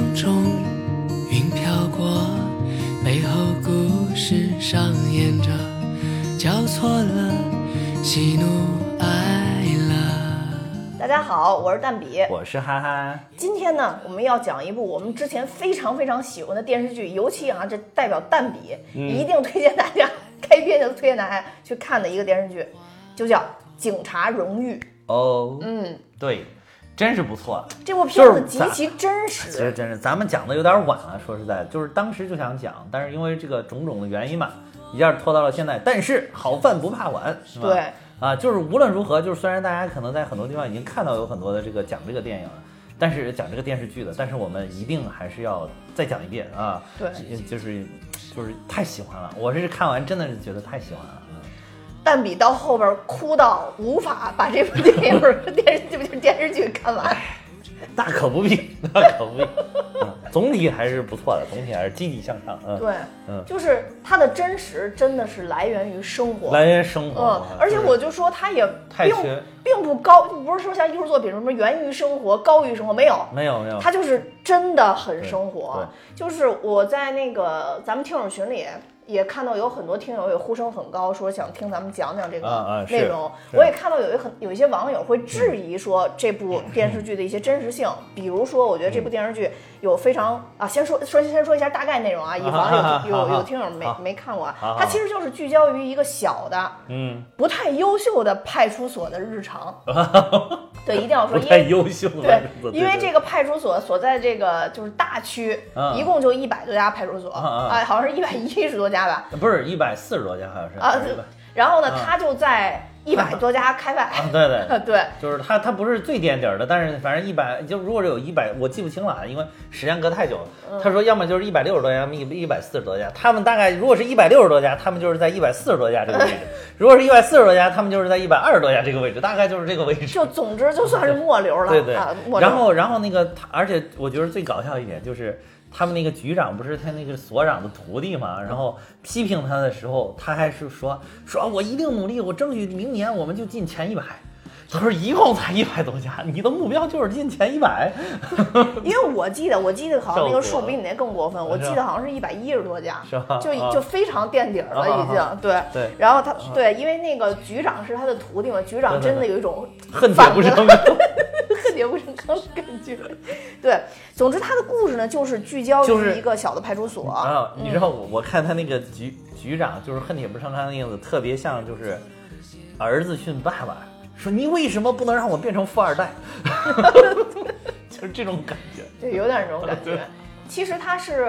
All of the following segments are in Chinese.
中，云飘过，背后故事上演着，交错了喜怒哀乐。 大家好，我是蛋比， 我是憨憨。 今天呢，我们要讲一部我们之前非常喜欢的电视剧，尤其这代表蛋比，一定推荐大家，开篇就推荐大家去看的一个电视剧，就叫《警察荣誉》。 对，真是不错。 这部片子极其真实。 其实真是，咱们讲的有点晚了，说实在，就是当时就想讲，但是因为这个种种的原因嘛，一下拖到了现在。但是好饭不怕晚，是吧？ 对。 啊，就是无论如何，就是虽然大家可能在很多地方已经看到有很多的这个讲这个电影了，但是讲这个电视剧的，但是我们一定还是要再讲一遍啊。 对， 就是太喜欢了，我是看完真的是觉得太喜欢了。 蛋比到后边哭到无法把这部电视剧看完。 大可不必，总体还是不错的，总体还是积极向上。 对，就是它的真实真的是来源于生活，而且我就说它也并不高，不是说像艺术作品什么源于生活、高于生活，没有，它就是真的很生活。就是我在那个咱们听友群里也看到有很多听友也呼声很高，说想听咱们讲讲这个内容。我也看到有一些网友会质疑说这部电视剧的一些真实性，比如说我觉得这部电视剧有非常先说一下大概内容啊，以防有听友没看过啊。它其实就是聚焦于一个小的不太优秀的派出所的日常。对，一定要说不太优秀的。 对，因为这个派出所所在这个就是大区，一共就100多家派出所好像是110多家吧？ 不是140多家，好像是然后呢，他就在100多家开外。对， 就是他不是最垫底的，但是反正100，就如果有100，我记不清了，因为时间隔太久了。他说要么就是160多家，要么140多家。他们大概如果是160多家，他们就是在140多家这个位置；如果是140多家，他们就是在120多家这个位置，大概就是这个位置。 就总之就算是末流了。 对，然后那个，而且我觉得最搞笑一点就是。他们那个局长不是他那个所长的徒弟嘛，然后批评他的时候，他还是说我一定努力，我争取明年我们就进前100。他说一共才100多家，你的目标就是进前100。 因为我记得好像那个数比你那更过分，我记得好像是110多家，就非常垫底了已经。对。然后因为那个局长是他的徒弟嘛，局长真的有一种恨铁不成钢的感觉。对，总之他的故事呢，就是聚焦于一个小的派出所啊。你知道我看他那个局长就是恨铁不成钢的样子，特别像就是儿子训爸爸。说你为什么不能让我变成富二代？就是这种感觉， 对，有点这种感觉。其实他是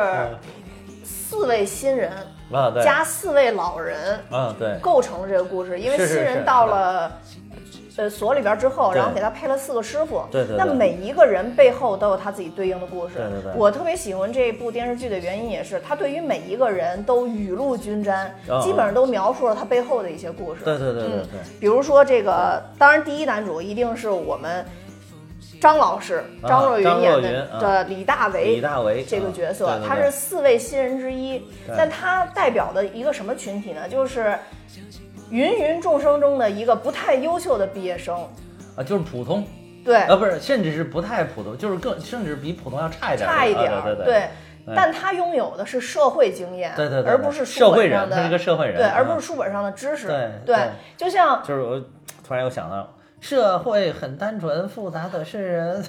4位新人加4位老人对， 构成了这个故事。因为新人到了所里边之后，然后给他配了4个师傅。 对。 那每一个人背后都有他自己对应的故事。 对。 我特别喜欢这部电视剧的原因也是，他对于每一个人都雨露均沾，基本上都描述了他背后的一些故事。 对。 比如说这个，当然第一男主一定是我们张老师张若昀演的李大为这个角色，他是4位新人之一，但他代表的一个什么群体呢？就是芸众生中的一个不太优秀的毕业生就是普通， 对不是，甚至是不太普通，就是甚至比普通要差一点， 对。但他拥有的是社会经验， 对， 而不是书本上的， 他是个社会人， 对，而不是书本上的知识， 对， 就是我突然又想到，社会很单纯，复杂的是人，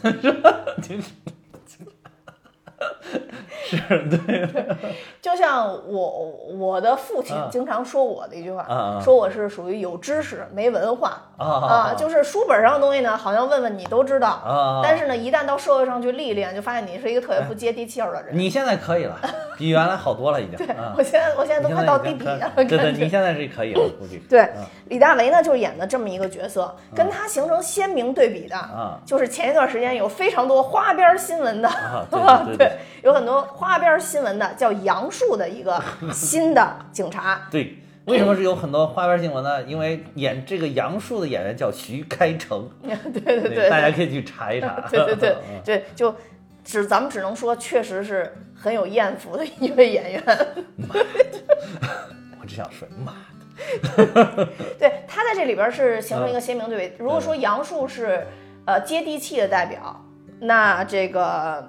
是对， 就像我的父亲经常说我的一句话，说我是属于有知识没文化就是书本上的东西呢，好像问问你都知道但是呢，一旦到社会上去历练，就发现你是一个特别不接地气的人。 你现在可以了，比原来好多了已经。 对，我现在都快到地痞了。 对，你现在是可以了，估计。 对，李大为呢就演的这么一个角色，跟他形成鲜明对比的就是前一段时间有非常多花边新闻的对， 有很多花边新闻的叫杨树的一个新的警察。 对，为什么是有很多花边新闻呢？因为演这个杨树的演员叫徐开骋。 对， 大家可以去查一查。 对，就咱们只能说，确实是很有艳福的一位演员。 我只想说，妈的。对，他在这里边是形成一个鲜明对比。如果说杨树是接地气的代表，那这个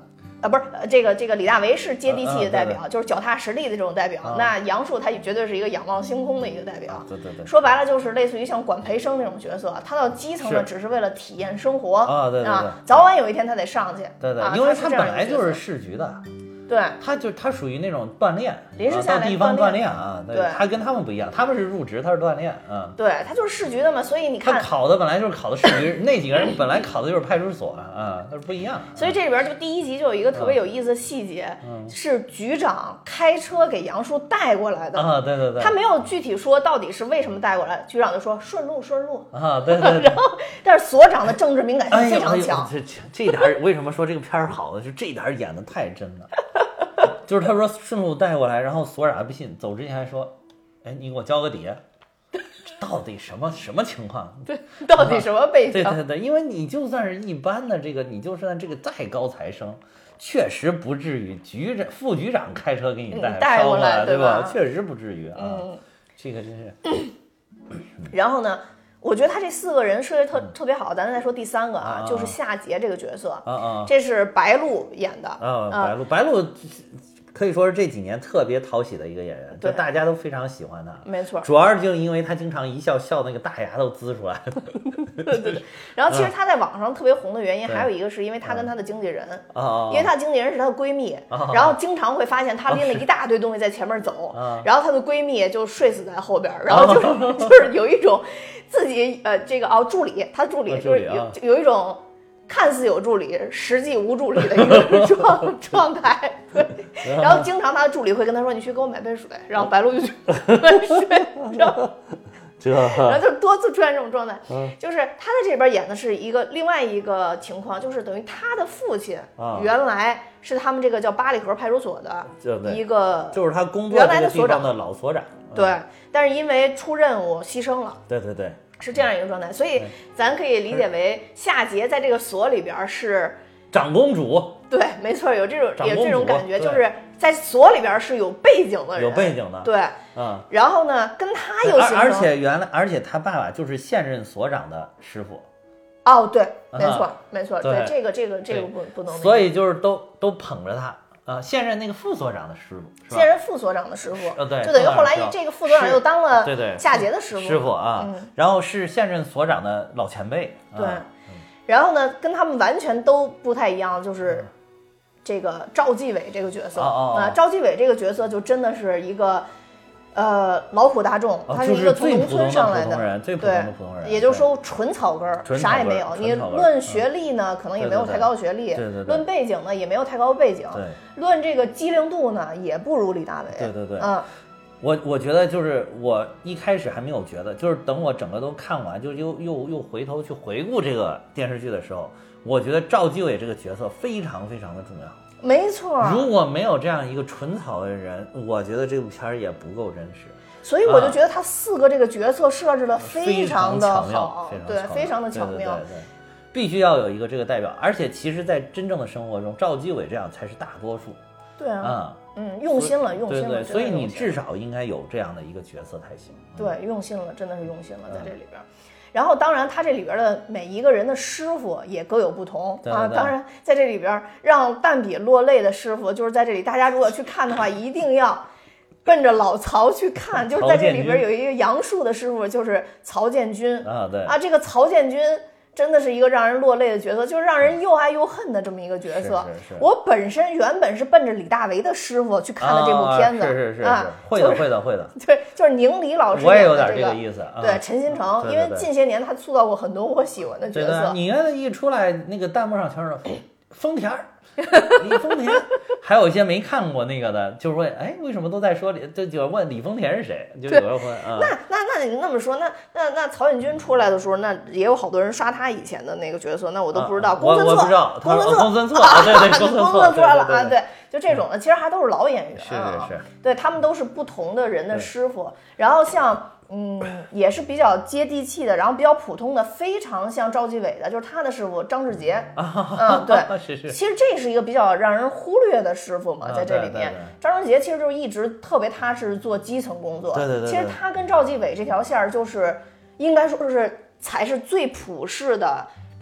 不是这个李大为是接地气的代表，就是脚踏实地的这种代表。那杨树他也绝对是一个仰望星空的一个代表。 对，说白了就是类似于像管培生那种角色，他到基层的只是为了体验生活对， 早晚有一天他得上去。 对，因为他本来就是市局的。 对， 他属于那种锻炼， 临时下来到地方锻炼对， 他跟他们不一样，他们是入职，他是锻炼， 对，他就是市局的嘛，所以你看， 他考的本来就是考的市局，那几个人本来考的就是派出所他是不一样。 所以这里边就第一集就有一个特别有意思的细节，是局长开车给杨树带过来的对， 他没有具体说到底是为什么带过来，局长就说顺路对， 然后但是所长的政治敏感性非常强， 这点为什么说这个片儿好呢？就这点演的太真了。就是他说顺路带过来，然后所长不信，走之前还说：“哎，你给我交个底，到底什么情况？ 对，到底什么背景？ 对，因为你就算是一般的这个，你就算这个再高材生，确实不至于副局长开车给你带过来， 对吧？确实不至于这个真是。 然后呢？我觉得他这4个人设计特别好，咱再说第3个就是夏桀这个角色这是白鹿演的白鹿可以说是这几年特别讨喜的一个演员，就大家都非常喜欢他。 没错， 主要就因为他经常一笑那个大牙都呲出来了。 对。然后其实他在网上特别红的原因还有一个是因为他跟他的经纪人因为他经纪人是他的闺蜜然后经常会发现他拎了一大堆东西在前面走然后他的闺蜜就睡死在后边然后就是有一种自己这个助理，他助理就是有一种看似有助理实际无助理的一个状态对，然后经常他的助理会跟他说你去给我买杯水，然后白鹿就去买水然后就多次出现这种状态就是他在这边演的是另外一个情况，就是等于他的父亲原来是他们这个叫八里河派出所的一个就是他工作这个地方的老所长对，但是因为出任务牺牲了对是这样一个状态，所以咱可以理解为夏桀在这个所里边是长公主， 对，没错，有这种感觉，就是在所里边是有背景的人， 有背景的， 对，然后呢，跟他又形成， 而且他爸爸就是现任所长的师傅， 对，没错，对，这个不能， 所以就是都捧着他。现任那个副所长的师傅， 现任副所长的师傅， 对， 就等于后来这个副所长又当了夏桀的师傅然后是现任所长的老前辈， 对，然后呢，跟他们完全都不太一样，就是这个赵继伟这个角色赵继伟这个角色就真的是一个劳苦大众，他是一个从农村上来的， 最普通的普通人， 也就是说纯草根，啥也没有。你论学历呢，可能也没有太高的学历；论背景呢，也没有太高的背景；论这个机灵度呢，也不如李大为。 对，我觉得就是我一开始还没有觉得，就是等我整个都看完，就又回头去回顾这个电视剧的时候，我觉得赵继伟这个角色非常非常的重要。 没错， 如果没有这样一个纯草的人，我觉得这部片儿也不够真实。 所以我就觉得他4个这个角色设置的非常的好，对，非常的巧妙。 对，必须要有一个这个代表，而且其实，在真正的生活中，赵继伟这样才是大多数。 对用心了， 对，所以你至少应该有这样的一个角色才行。 对，用心了，真的是用心了，在这里边。然后，当然，他这里边的每一个人的师傅也各有不同当然，在这里边让蛋比落泪的师傅，就是在这里，大家如果去看的话，一定要奔着老曹去看。就是在这里边有一个杨树的师傅，就是曹建军这个曹建军真的是一个让人落泪的角色，就是让人又爱又恨的这么一个角色。我原本是奔着李大为的师傅去看的这部片子， 是会的。 对，就是宁理老师我也有点这个意思。 对，陈新成，因为近些年他塑造过很多我喜欢的角色。 你看一出来，那个弹幕上全是丰田。李丰田，还有一些没看过那个的，就是问，为什么都在说就有人问李丰田是谁？就有人问那你那么说，那曹建军出来的时候，那也有好多人刷他以前的那个角色，那我都不知道。 我不知道，公孙策对，公孙策了对，就这种的，其实还都是老演员是， 对他们都是不同的人的师傅，然后像。也是比较接地气的，然后比较普通的，非常像赵继伟的，就是他的师傅张志杰对， 是。 其实这是一个比较让人忽略的师傅嘛，在这里面，张志杰其实就是一直特别踏实做基层工作。 对。 其实他跟赵继伟这条线就是应该说是才是最普世的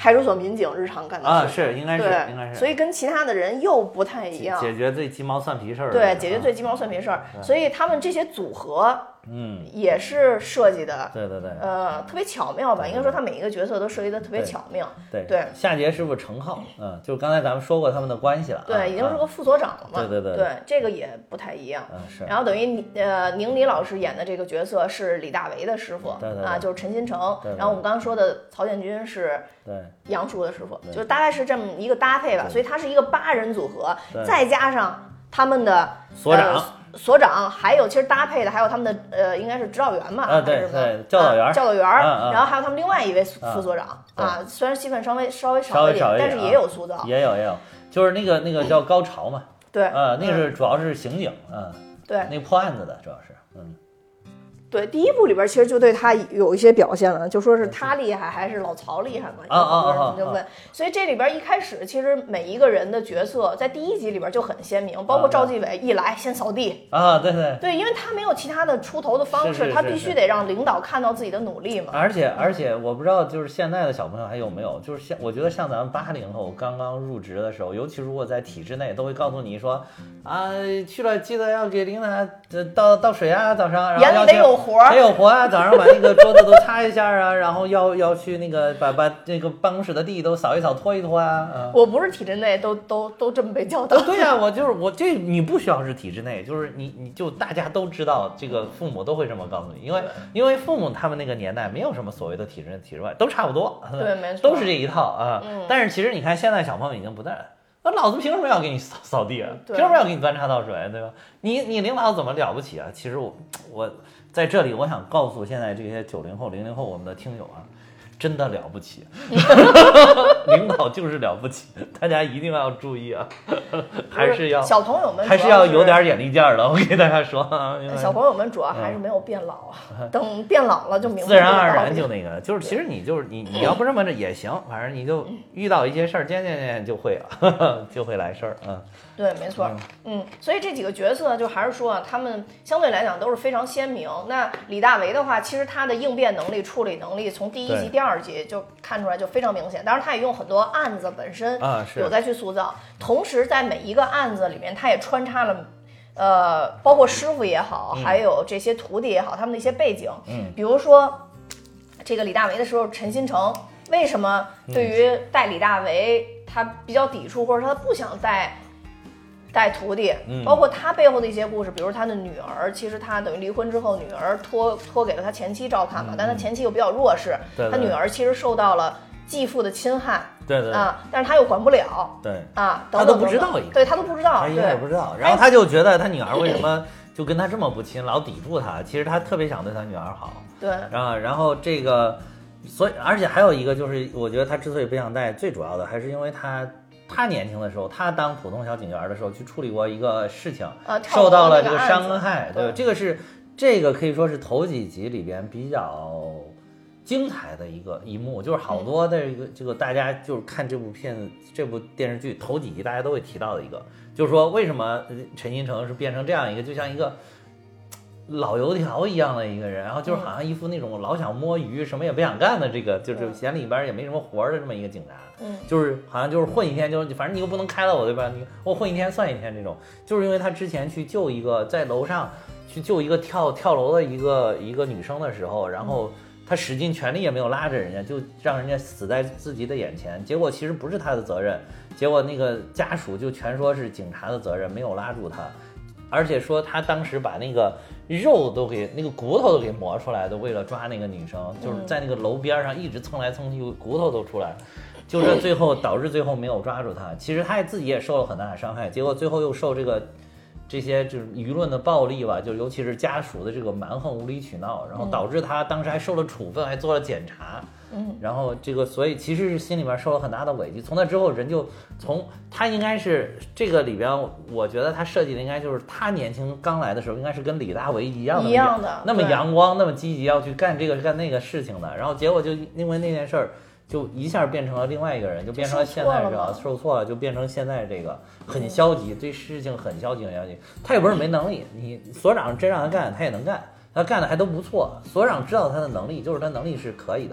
派出所民警日常干的啊，是应该是， 所以跟其他的人又不太一样， 解决最鸡毛蒜皮事儿。 对，解决最鸡毛蒜皮事儿，所以他们这些组合。也是设计的， 对， 特别巧妙吧？应该说他每一个角色都设计的特别巧妙。对， 夏杰师傅程浩，就刚才咱们说过他们的关系了。 对，已经是个副所长了嘛。 对， 这个也不太一样。 是。 然后等于宁理老师演的这个角色是李大为的师傅， 对， 就是陈新成。然后我们刚刚说的曹建军是杨叔的师傅，就是大概是这么一个搭配吧。所以它是一个8人组合，再加上他们的所长，还有其实搭配的还有他们的应该是指导员嘛， 对，教导员， 然后还有他们另外一位副所长虽然戏份稍微少一点，但是也有塑造， 也有，就是那个叫高潮嘛， 对， 那个是主要是刑警， 对， 那个破案子的主要是， 对，第一部里边其实就对他有一些表现了，就说是他厉害还是老曹厉害嘛？有人就问。所以这里边一开始其实每一个人的角色在第1集里边就很鲜明，包括赵继伟一来先扫地对，因为他没有其他的出头的方式，他必须得让领导看到自己的努力嘛。 而且我不知道就是现在的小朋友还有没有，就是我觉得像咱们80后刚刚入职的时候，尤其如果在体制内，都会告诉你说去了记得要给领导倒水啊，早上，然后眼里得有活啊，早上把那个桌子都擦一下啊，然后要去那个把那个办公室的地都扫一扫拖一拖啊。 我不是体制内都这么被教导。 对呀，我这你不需要是体制内，就是你就大家都知道，这个父母都会这么告诉你，因为父母他们那个年代没有什么所谓的体制内体制外，都差不多， 对，没错， 都是这一套啊。但是其实你看现在小朋友已经不在了。老子凭什么要给你扫地啊？凭什么要给你端茶倒水，对吧？你领导怎么了不起啊？其实我在这里，我想告诉现在这些90后、00后我们的听友啊，真的了不起，领导就是了不起，大家一定要注意啊，还是要小朋友们还是要有点眼力见儿的。我给大家说， 小朋友们主要还是没有变老等变老了就明白， 自然而然就那个，就是其实你要不这么着也行，反正你就遇到一些事儿，渐就会了，就会来事儿啊。 对，没错，所以这几个角色就还是说他们相对来讲都是非常鲜明。那李大为的话，其实他的应变能力、处理能力，从第1集、第2集就看出来就非常明显。当然，他也用很多案子本身有在去塑造，同时在每一个案子里面，他也穿插了。包括师傅也好，还有这些徒弟也好，他们的一些背景，比如说这个李大为的时候，陈新成为什么对于带李大为他比较抵触，或者说他不想带徒弟，包括他背后的一些故事，比如他的女儿，其实他等于离婚之后，女儿托给了他前妻照看嘛，但他前妻又比较弱势，他女儿其实受到了继父的侵害，但是他又管不了，他都不知道， 对他都不知道， 他也不知道，然后他就觉得他女儿为什么就跟他这么不亲，老抵触他，其实他特别想对他女儿好， 对， 然后这个，所以而且还有一个就是，我觉得他之所以不想带，最主要的还是因为他年轻的时候，他当普通小警员的时候去处理过一个事情，受到了这个伤害，对，这个可以说是头几集里边比较精彩的一幕，就是好多的这个大家就是看这部电视剧头几集大家都会提到的一个，就是说为什么陈新成是变成这样一个就像一个老油条一样的一个人，然后就是好像一副那种老想摸鱼什么也不想干的这个，就是嫌里边也没什么活的这么一个警察，就是好像就是混一天就反正你又不能开了我，对吧？我混一天算一天这种，就是因为他之前去救一个在楼上去救一个跳楼的一个女生的时候，然后他使尽全力也没有拉着人家，就让人家死在自己的眼前，结果其实不是他的责任，结果那个家属就全说是警察的责任，没有拉住他，而且说他当时把那个肉都给那个骨头都给磨出来的，为了抓那个女生，就是在那个楼边上一直蹭来蹭去，骨头都出来了，就是最后导致最后没有抓住他。其实他自己也受了很大的伤害，结果最后又受这些就是舆论的暴力吧，就尤其是家属的这个蛮横无理取闹，然后导致他当时还受了处分，还做了检查。然后这个所以其实是心里面受了很大的委屈。从那之后人就从他应该是这个里边，我觉得他设计的应该就是他年轻刚来的时候应该是跟李大为一样的那么阳光那么积极要去干这个干那个事情的，然后结果就因为那件事儿就一下变成了另外一个人，就变成了现在这个受挫了，就变成现在这个很消极，对事情很消极很消极。他也不是没能力，你所长真让他干他也能干，他干的还都不错，所长知道他的能力，就是他能力是可以的。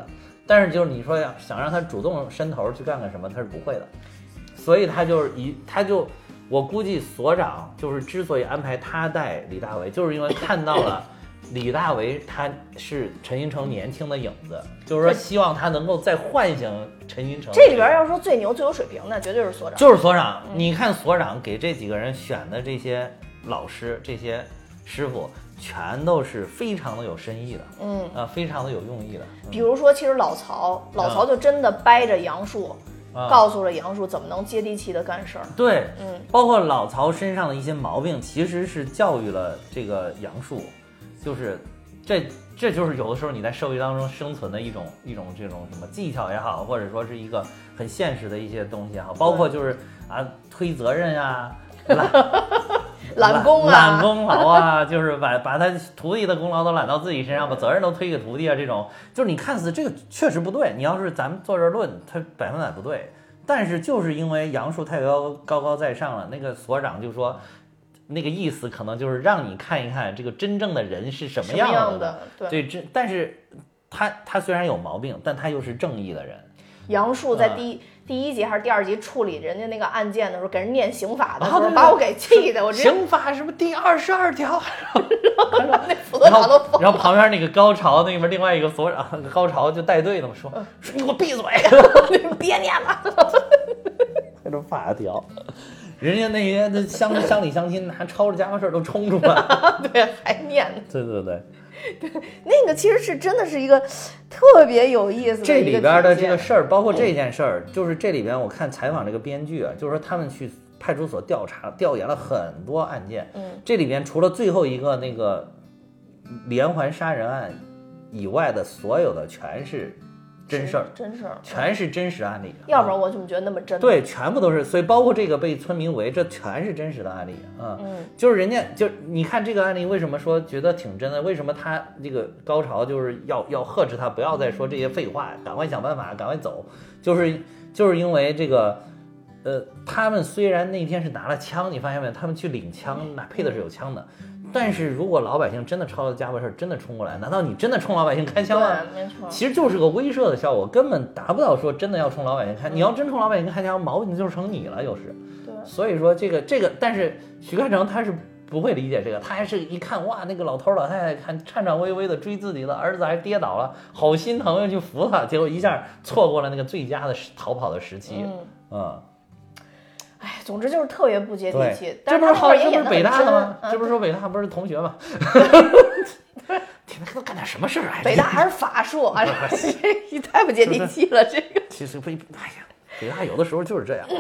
但是就是你说想让他主动伸头去干什么，他是不会的。所以他就我估计所长就是之所以安排他带李大为，就是因为看到了李大为他是陈新成年轻的影子，就是说希望他能够再唤醒陈新成。 这里边要说最牛最有水平的绝对是所长， 就是所长。你看所长给这几个人选的这些老师这些师傅全都是非常的有深意的，非常的有用意的。 比如说其实老曹就真的掰着杨树，告诉了杨树怎么能接地气的干事儿。 对，包括老曹身上的一些毛病，其实是教育了这个杨树，就是这就是有的时候你在社会当中生存的一种这种什么技巧也好，或者说是一个很现实的一些东西也好，包括就是推责任啊，揽功劳啊，就是把他徒弟的功劳都揽到自己身上，把责任都推给徒弟啊，这种就是你看似这个确实不对，你要是咱们坐这儿论，他100%不对，但是就是因为杨树太高在上了，那个所长就说那个意思可能就是让你看一看这个真正的人是什么样的， 对，但是他虽然有毛病，但他又是正义的人。 杨树在第一集还是第2集处理人家那个案件的时候，给人念刑法的时候，把我给气的。我刑法什么第22条， 那所长都疯了。 然后旁边那个高潮那边另外一个所长高潮就带队的嘛，说你给我闭嘴， 你别念了。 这种法条，人家那些乡里乡亲还抄着家伙事都冲出来， 对，还念呢。 对。 对，那个其实是真的是一个特别有意思的这里边的这个事儿，包括这件事儿，就是这里边我看采访这个编剧啊，就是说他们去派出所调研了很多案件，这里边除了最后一个那个连环杀人案以外的所有的全是真事儿，全是真实案例。 要不然我怎么觉得那么真？ 对，全部都是。所以包括这个被村民围，这全是真实的案例啊。就是人家你看这个案例，为什么说觉得挺真的？为什么他这个高潮就是要呵斥他不要再说这些废话，赶快想办法，赶快走。就是因为这个，他们虽然那天是拿了枪，你发现没有？他们去领枪，那配的是有枪的。但是如果老百姓真的抄了家伙事儿，真的冲过来，难道你真的冲老百姓开枪吗？ 对，没错。 其实就是个威慑的效果，根本达不到说真的要冲老百姓开。你要真冲老百姓开枪，毛病就成你了，又是。 对。 所以说这个，但是许开成他是不会理解这个，他还是一看哇，那个老头老太太看颤颤巍巍的追自己的儿子，还跌倒了，好心疼，要去扶他，结果一下错过了那个最佳的逃跑的时期。 哎，总之就是特别不接地气。 这不是北大的吗？这不是说北大不是同学吗？天哪，都干点什么事儿啊？ 北大还是法术，这太不接地气了。这个其实不，哎呀，北大有的时候就是这样。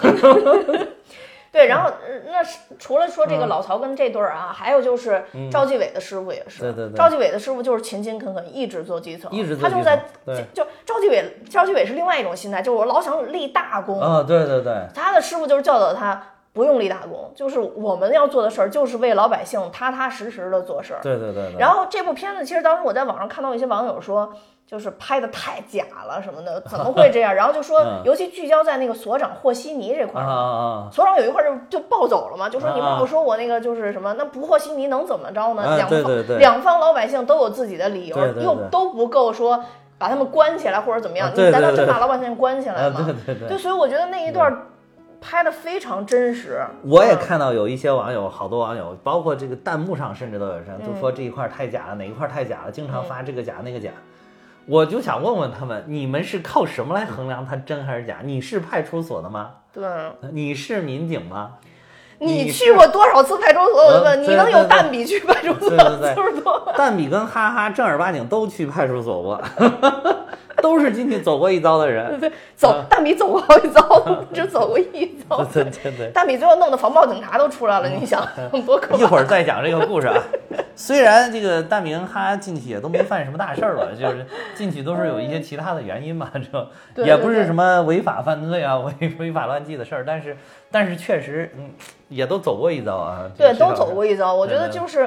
对，然后那除了说这个老曹跟这对儿还有就是赵继伟的师傅也是。 对。 赵继伟的师傅就是勤勤恳恳，一直做基层，他就在就赵继伟是另外一种心态，就是我老想立大功啊。对。 他的师傅就是教导他不用立大功，就是我们要做的事儿就是为老百姓踏踏实实的做事儿。 对。 然后这部片子其实当时我在网上看到一些网友说，就是拍的太假了什么的，怎么会这样？然后就说，尤其聚焦在那个所长和稀泥这块儿，所长有一块就暴走了嘛，就说你冒说我那个就是什么，那不和稀泥能怎么着呢？两方老百姓都有自己的理由，又都不够说把他们关起来或者怎么样，你难道真把老百姓关起来吗？对，所以我觉得那一段拍的非常真实。 我也看到有一些网友，好多网友，包括这个弹幕上甚至都有人都说这一块太假了，哪一块太假了，经常发这个假那个假。我就想问问他们，你们是靠什么来衡量它真还是假？你是派出所的吗？ 对， 你是民警吗？ 你去过多少次派出所？我问你，能有蛋比去派出所次多？ 蛋比跟哈哈正儿八经都去派出所过，都是进去走过一遭的人。 对，蛋比走过好几遭，不止走过一遭。 对。 蛋比最后弄得防暴警察都出来了，你想多可怕！ 一会儿再讲这个故事啊。虽然这个蛋比跟哈哈进去也都没犯什么大事儿吧，就是进去都是有一些其他的原因嘛，这也不是什么违法犯罪啊、违法乱纪的事儿，但是确实也都走过一遭啊。 对，都走过一遭。我觉得就是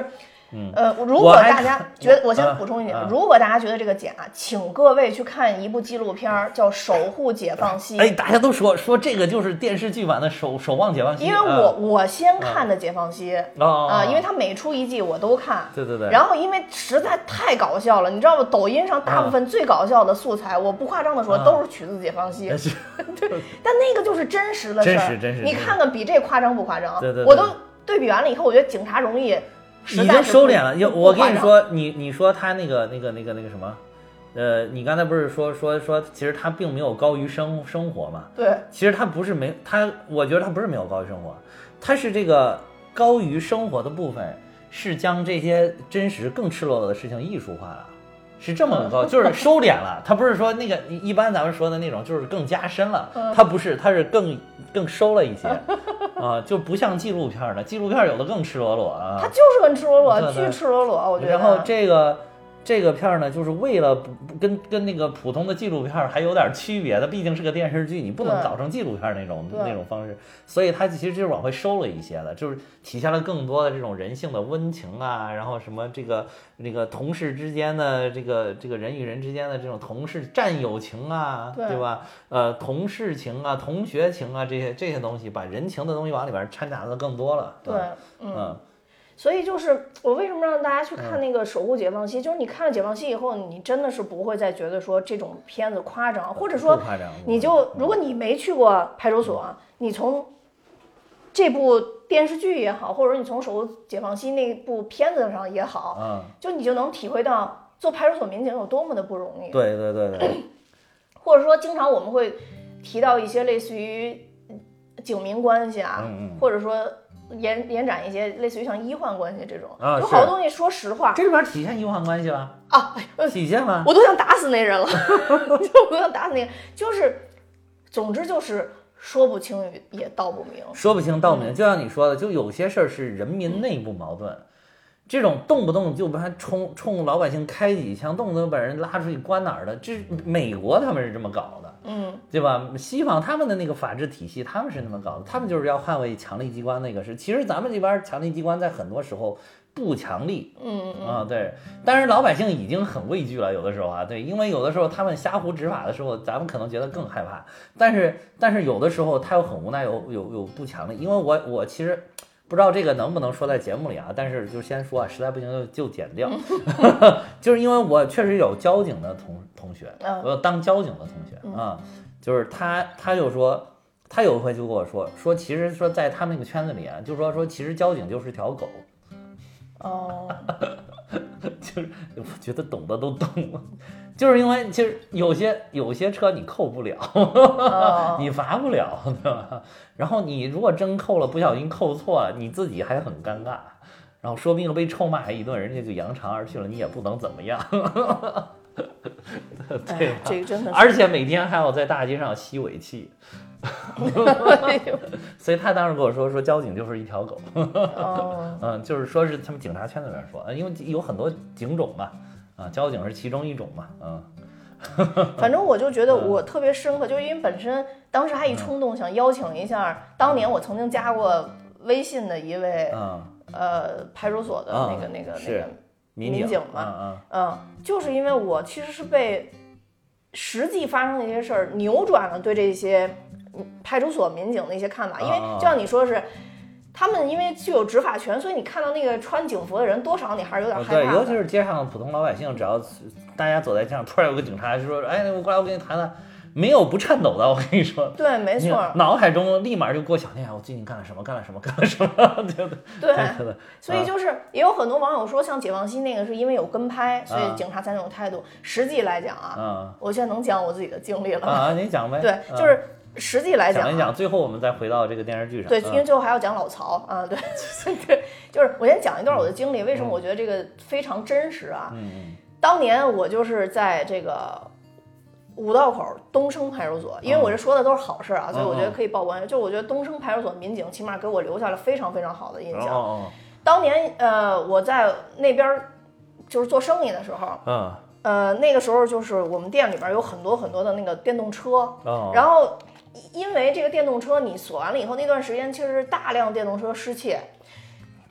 如果大家觉得，我先补充一点，如果大家觉得这个假，请各位去看一部纪录片，叫《守护解放西》。 哎，大家都说这个就是电视剧版的守望解放西。 因为我先看的解放西因为它每出一季我都看。 对。 然后因为实在太搞笑了，你知道吗？抖音上大部分最搞笑的素材，我不夸张的说，都是取自解放西。对，但那个就是真实的事儿， 真实。 你看看比这夸张不夸张？ 对。 我都对比完了以后，我觉得警察荣誉。 已经收敛了。我跟你说，你说他那个什么，你刚才不是说，其实他并没有高于生活嘛？ 对， 其实他不是我觉得他不是没有高于生活，他是这个高于生活的部分是将这些真实更赤裸裸的事情艺术化了，是这么高，就是收敛了。他不是说那个一般咱们说的那种，就是更加深了。他不是，他是更收了一些。就不像纪录片的，纪录片有的更赤裸裸啊， 它就是很赤裸裸，巨赤裸裸，我觉得。 然后这个片呢，就是为了跟那个普通的纪录片还有点区别的，毕竟是个电视剧，你不能搞成纪录片那种方式，所以它其实就是往回收了一些的，就是体现了更多的这种人性的温情啊，然后什么这个同事之间的这个人与人之间的这种同事战友情啊，对吧？同事情啊，同学情啊，这些东西，把人情的东西往里边掺杂的更多了。 对，所以就是我为什么让大家去看那个《守护解放西》，就是你看了解放西以后，你真的是不会再觉得说这种片子夸张，或者说你就如果你没去过派出所，你从这部电视剧也好，或者说你从《守护解放西》那部片子上也好，就你就能体会到做派出所民警有多么的不容易。 对。 或者说经常我们会提到一些类似于警民关系啊，或者说延展一些类似于像医患关系这种，有好多东西说实话， 这里边体现医患关系了体现了， 我都想打死那人了，我都想打死那个，就是总之就是说不清也道不明， 说不清道不明，就像你说的，就有些事儿是人民内部矛盾。这种动不动就把他冲老百姓开几枪，动不动把人拉出去关哪儿的，这美国他们是这么搞的，对吧？西方他们的那个法治体系，他们是那么搞的，他们就是要捍卫强力机关那个是。其实咱们这边强力机关在很多时候不强力，对。但是老百姓已经很畏惧了，有的时候啊，对，因为有的时候他们瞎胡执法的时候，咱们可能觉得更害怕。但是有的时候他又很无奈，有不强力，因为我其实。不知道这个能不能说在节目里啊？但是就先说啊，实在不行就剪掉。就是因为我确实有交警的同学，我有当交警的同学啊，就是他就说，他有一回就跟我说，其实说在他们那个圈子里啊，就说其实交警就是条狗。就是我觉得懂的都懂了，就是因为其实有些车你扣不了，你罚不了，对吧？然后你如果真扣了，不小心扣错了，你自己还很尴尬，然后说不定被臭骂一顿，人家就扬长而去了，你也不能怎么样。对， 这个真的是， 而且每天还要在大街上吸尾气。所以他当时跟我说交警就是一条狗。就是说是他们警察圈子里面说，因为有很多警种嘛，交警是其中一种嘛， 反正我就觉得我特别深刻，就是因为本身当时还一冲动想邀请一下当年我曾经加过微信的一位派出所的那个民警嘛，就是因为我其实是被实际发生的一些事儿扭转了对这些派出所民警的一些看法，因为就像你说是他们因为具有执法权，所以你看到那个穿警服的人多少你还是有点害怕的。 对，尤其是街上的普通老百姓，只要大家走在街上，突然有个警察就说，哎，我过来我跟你谈谈，没有不颤抖的，我跟你说。 对，没错。 脑海中立马就给我想，我最近干了什么，对。 所以就是也有很多网友说，像解放西那个是因为有跟拍，所以警察才那种态度。实际来讲我现在能讲我自己的经历了你讲呗。 对，就是实际来讲一讲，最后我们再回到这个电视剧上。 对，因为最后还要讲老曹对，对，就是我先讲一段我的经历，为什么我觉得这个非常真实啊？当年我就是在这个五道口东升派出所，因为我这说的都是好事所以我觉得可以曝光。就我觉得东升派出所民警起码给我留下了非常非常好的印象。当年我在那边就是做生意的时候，那个时候就是我们店里边有很多很多的那个电动车，然后因为这个电动车你锁完了以后，那段时间其实大量电动车失窃。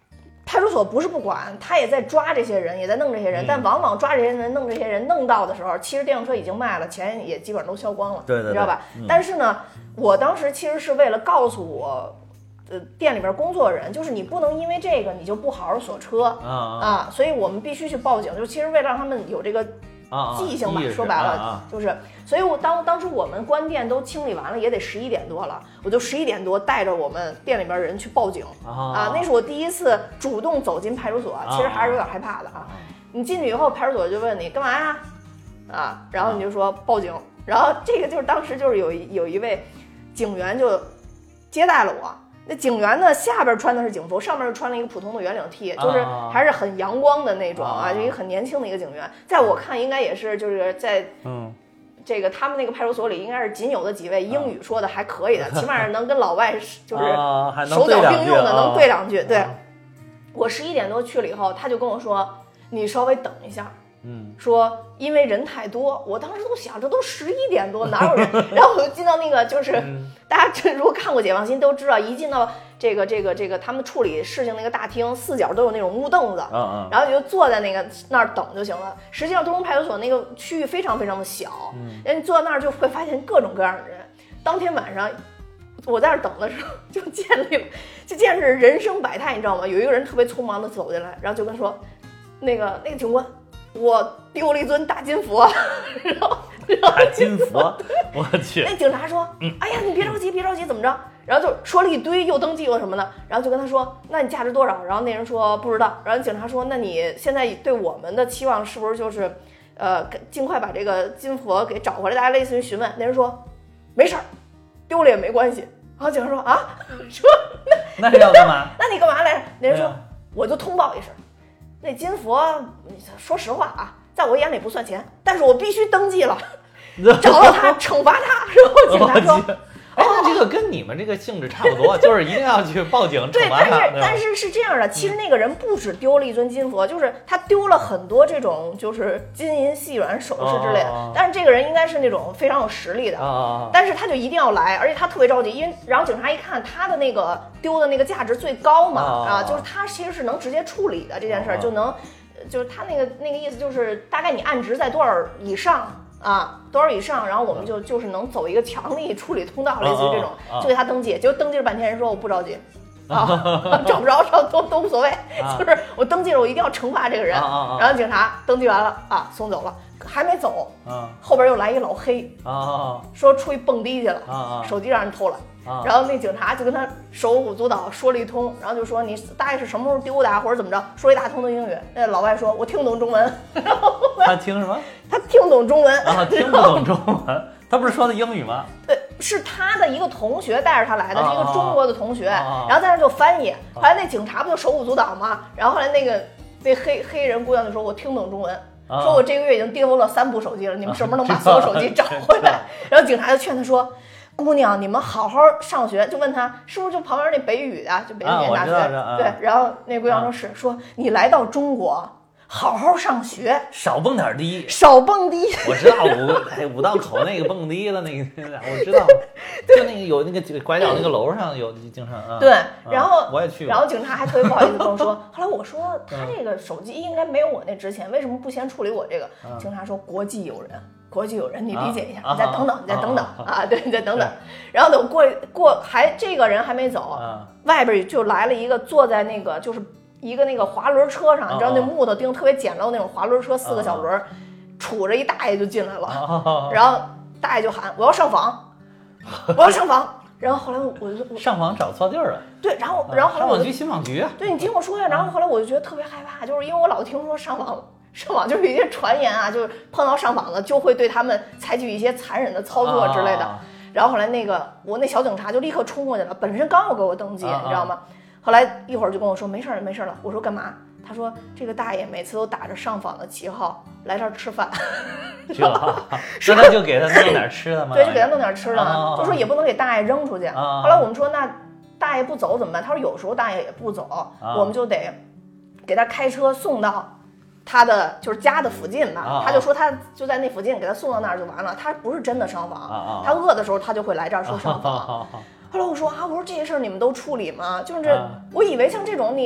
派出所不是不管，他也在抓这些人，也在弄这些人，但往往抓这些人、弄这些人弄到的时候，其实电动车已经卖了，钱也基本上都销光了， 对， 你知道吧？但是呢，我当时其实是为了告诉我，店里边工作的人，就是你不能因为这个你就不好好锁车啊，所以我们必须去报警，就其实为了让他们有这个记性吧，说白了就是，所以当时我们关店都清理完了，也得11点多了，我就11点多带着我们店里边人去报警那是我第一次主动走进派出所，其实还是有点害怕的你进去以后，派出所就问你干嘛呀？然后你就说报警，然后这个就是当时就是有一位警员就接待了我。那警员呢，下边穿的是警服，上面是穿了一个普通的圆领 T， 就是还是很阳光的那种就一个很年轻的一个警员，在我看应该也是就是在这个他们那个派出所里应该是仅有的几位英语说的还可以的，起码能跟老外就是手脚并用的能对两句。对，我11点多去了以后，他就跟我说你稍微等一下。说因为人太多，我当时都想这都11点多哪有人然后我就进到那个就是大家如果看过解放新都知道，一进到这个他们处理事情那个大厅，四角都有那种木凳子然后你就坐在那儿等就行了。实际上东风派出所那个区域非常非常的小你坐在那儿就会发现各种各样的人。当天晚上我在那儿等的时候就见是人生百态，你知道吗？有一个人特别匆忙的走进来，然后就跟说那个警官，我丢了一尊大金佛然后大金佛我去。 那警察说哎呀你别着急别着急怎么着，然后就说了一堆又登记又什么的，然后就跟他说那你价值多少，然后那人说不知道，然后警察说那你现在对我们的期望是不是就是尽快把这个金佛给找回来，大家类似于询问。那人说没事儿，丢了也没关系。然后警察说说那是要干嘛那你干嘛来着？那人说我就通报一声，那金佛说实话在我眼里不算钱，但是我必须登记了找到他惩罚他。然后警察说那这个跟你们这个性质差不多就是一定要去报警惩罚他。 但是是这样的，其实那个人不止丢了一尊金佛就是他丢了很多这种就是金银细软首饰之类的但是这个人应该是那种非常有实力的但是他就一定要来，而且他特别着急，因为然后警察一看他的那个丢的那个价值最高嘛就是他其实是能直接处理的这件事就能就是他那个意思就是大概你案值在多少以上多少以上，然后我们就是能走一个强力处理通道，类似于这种就给他登记，就登记了半天，人说我不着急找不着都无所谓就是我登记了我一定要惩罚这个人然后警察登记完了送走了，还没走后边又来一老黑说出去蹦迪去了手机让人偷了然后那警察就跟他手舞足蹈说了一通，然后就说你大概是什么时候丢的或者怎么着，说一大通的英语。那老外说我听不懂中文他听什么？ 他听不懂中文听不懂中文他不是说的英语吗？ 对，是他的一个同学带着他来的是一个中国的同学然后在那就翻译后来那警察不就手舞足蹈吗？然后后来那黑人姑娘就说我听不懂中文说我这个月已经丢了3部手机了你们什么时候能把所有手机找回来然后警察就劝他说姑娘你们好好上学，就问他是不是就旁边那北语的就北京语言大学对，然后那姑娘说是说你来到中国好好上学， 少蹦点迪， 少蹦迪。 我知道五道口那个蹦迪了，那个我知道，就那个有那个拐角那个楼上有经常对，然后我也去过， 然后警察还特别不好意思跟我说，后来我说他这个手机应该没有我那值钱，为什么不先处理我这个？警察说国际友人，你理解一下，你再等等，对，你再等等。然后等过还这个人还没走，外边就来了一个坐在那个就是一个那个滑轮车上，你知道那木头钉特别简陋那种滑轮车，4个小轮，杵着一大爷就进来了，然后大爷就喊我要上访，然后后来我就上访找错地儿了， 对，然后后来上访局新访局， 对你听我说呀，然后后来我就觉得特别害怕，就是因为我老听说上访就是有一些传言就是碰到上访的就会对他们采取一些残忍的操作之类的。然后后来我那小警察就立刻冲过去了，本身刚要给我登记，你知道吗？后来一会儿就跟我说没事了。我说干嘛？他说这个大爷每次都打着上访的旗号来这儿吃饭。 去了，说他就给他弄点吃的吗？ 对，就给他弄点吃的嘛，就说也不能给大爷扔出去。后来我们说那大爷不走怎么办？他说有时候大爷也不走，我们就得给他开车送到他的就是家的附近嘛，他就说他就在那附近，给他送到那儿就完了。他不是真的上访，他饿的时候他就会来这儿说上访。后来我说我说这些事儿你们都处理吗？就是我以为像这种你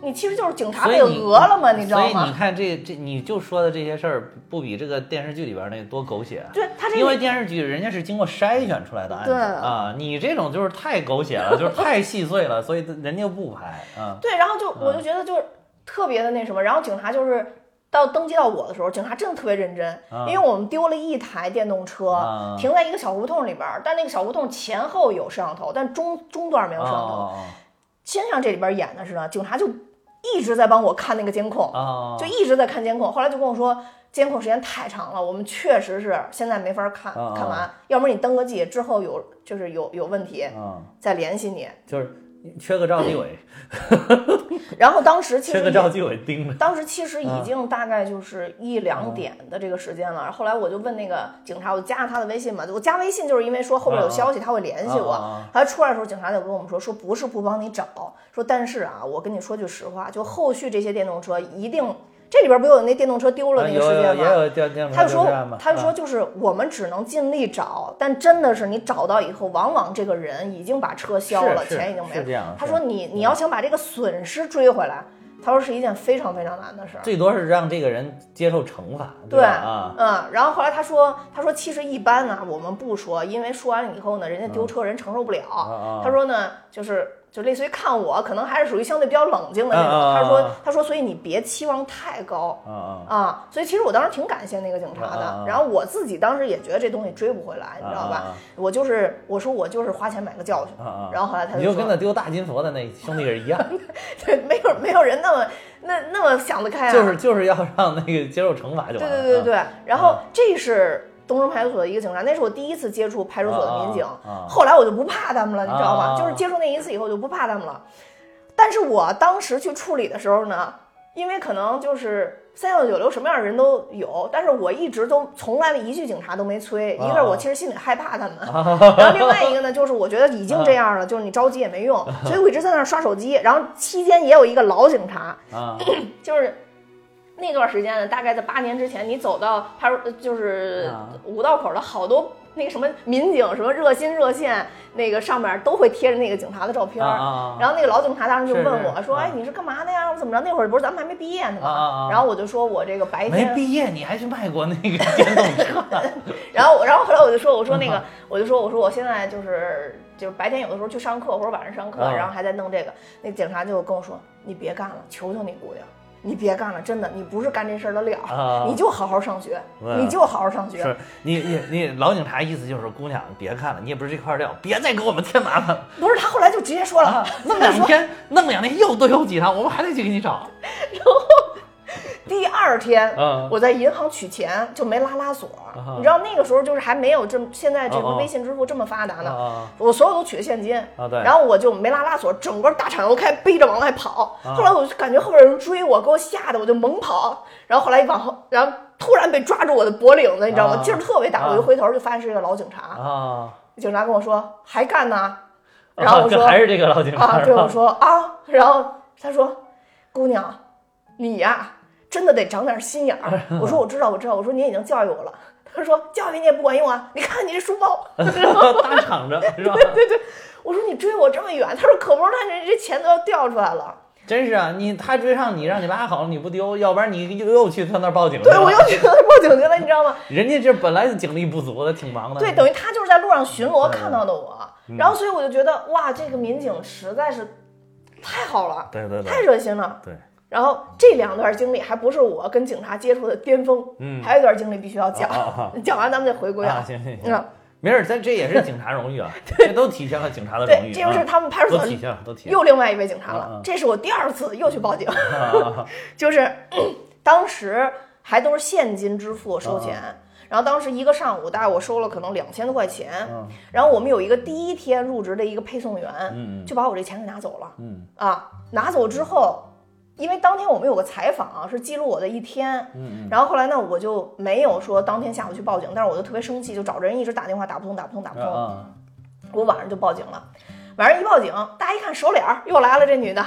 你其实就是警察被讹了嘛，你知道吗？ 所以你看这你就说的这些事儿，不比这个电视剧里边那多狗血？ 对，他这因为电视剧人家是经过筛选出来的案子啊，你这种就是太狗血了，就是太细碎了，所以人家不拍啊。 对，然后我就觉得就是特别的那什么，然后警察就是登记到我的时候，警察真的特别认真，因为我们丢了一台电动车，停在一个小胡同里边，但那个小胡同前后有摄像头，但中段没有摄像头。先像这里边演的是呢，警察就一直在帮我看那个监控，就一直在看监控。后来就跟我说，监控时间太长了，我们确实是现在没法看完，要不然你登个记之后有问题，再联系你。 就是缺个赵继伟， 然后当时其实缺个赵继伟盯着， 当时其实已经大概就是1-2点的这个时间了。后来我就问那个警察，我加上他的微信嘛，我加微信就是因为说后边有消息他会联系我。后来出来的时候，警察就跟我们说不是不帮你找，说但是啊，我跟你说句实话，就后续这些电动车一定。这里边不有那电动车丢了那个事件吗？他就说就是我们只能尽力找，但真的是你找到以后，往往这个人已经把车销了，钱已经没了。他说你要想把这个损失追回来，他说是一件非常非常难的事， 最多是让这个人接受惩罚。 对啊， 然后后来他说其实一般呢，我们不说，因为说完了以后呢，人家丢车人承受不了。他说呢，就类似于看我可能还是属于相对比较冷静的那种。他说所以你别期望太高所以其实我当时挺感谢那个警察的。然后我自己当时也觉得这东西追不回来，你知道吧？我说我就是花钱买个教训。然后后来他就说你就跟那丢大金佛的那兄弟是一样。 对，没有人那么想得开啊。 就是要让那个接受惩罚就完了。对。然后这是东城派出所的一个警察，那是我第一次接触派出所的民警。后来我就不怕他们了，你知道吗？就是接触那一次以后就不怕他们了。但是我当时去处理的时候呢，因为可能就是3教9流什么样的人都有，但是我一直都从来一句警察都没催。一个是我其实心里害怕他们，然后另外一个呢，就是我觉得已经这样了，就是你着急也没用，所以我一直在那儿刷手机。然后期间也有一个老警察，就是那段时间呢，大概在8年之前，你走到就是五道口的好多那个什么民警什么热心热线那个上面都会贴着那个警察的照片。然后那个老警察当时就问我说：“哎，你是干嘛的呀？我怎么着？那会儿不是咱们还没毕业呢吗？”然后我就说我这个白天没毕业，你还去卖过那个电动车？ 然后后来我就说我现在就是白天有的时候去上课或者晚上上课，然后还在弄这个。那警察就跟我说：“你别干了，求求你姑娘。”你别干了，真的，你不是干这事儿的料，你就好好上学，你就好好上学。 是你老警察意思就是，姑娘别看了，你也不是这块料，别再给我们添麻烦了。 不是，他后来就直接说了， 弄2天又多有几趟，我们还得去给你找。 然后第2天，我在银行取钱就没拉锁，你知道那个时候就是还没有现在这个微信支付这么发达呢，我所有都取的现金，然后我就没拉锁，整个大敞开背着往外跑。后来我就感觉后边有人追我，给我吓得我就猛跑，然后后来往后，然后突然被抓住我的脖领子，你知道吗？劲儿特别大，我就回头就发现是一个老警察。警察跟我说还干呢，然后我说还是这个老警察对我说然后他说姑娘你呀真的得长点心眼儿。我说我知道，我说您已经教育我了。他说教育你也不管用啊，你看你这书包大敞着是吧？ 对，我说你追我这么远，他说可不是，他这钱都要掉出来了。 真是啊，他追上你，让你拉好了，你不丢，要不然你又去他那儿报警去了。对，我又去他那儿报警去了，你知道吗？ 人家这本来警力不足的，挺忙的。 对，等于他就是在路上巡逻看到的我，然后所以我就觉得哇，这个民警实在是太好了， 对， 太热心了， 对。 然后这2段经历还不是我跟警察接触的巅峰，还有一段经历必须要讲，讲完咱们再回归行，没事，这也是警察荣誉啊，这都体现了警察的荣誉。 对，这就是他们派出所都体现又另外一位警察了。这是我第2次又去报警，就是当时还都是现金支付收钱，然后当时一个上午大概我收了可能2000多块钱，然后我们有一个第1天入职的一个配送员，就把我这钱给拿走了，拿走之后。因为当天我们有个采访是记录我的一天，然后后来呢我就没有说当天下午去报警，但是我就特别生气，就找着人一直打电话打不通，我晚上就报警了。晚上一报警，大家一看熟脸又来了这女的，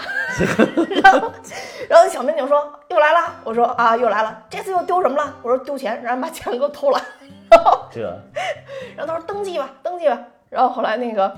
然后小民警说又来了，我说又来了，这次又丢什么了？我说丢钱，然后把钱给我偷了。然后他说登记吧，然后后来那个。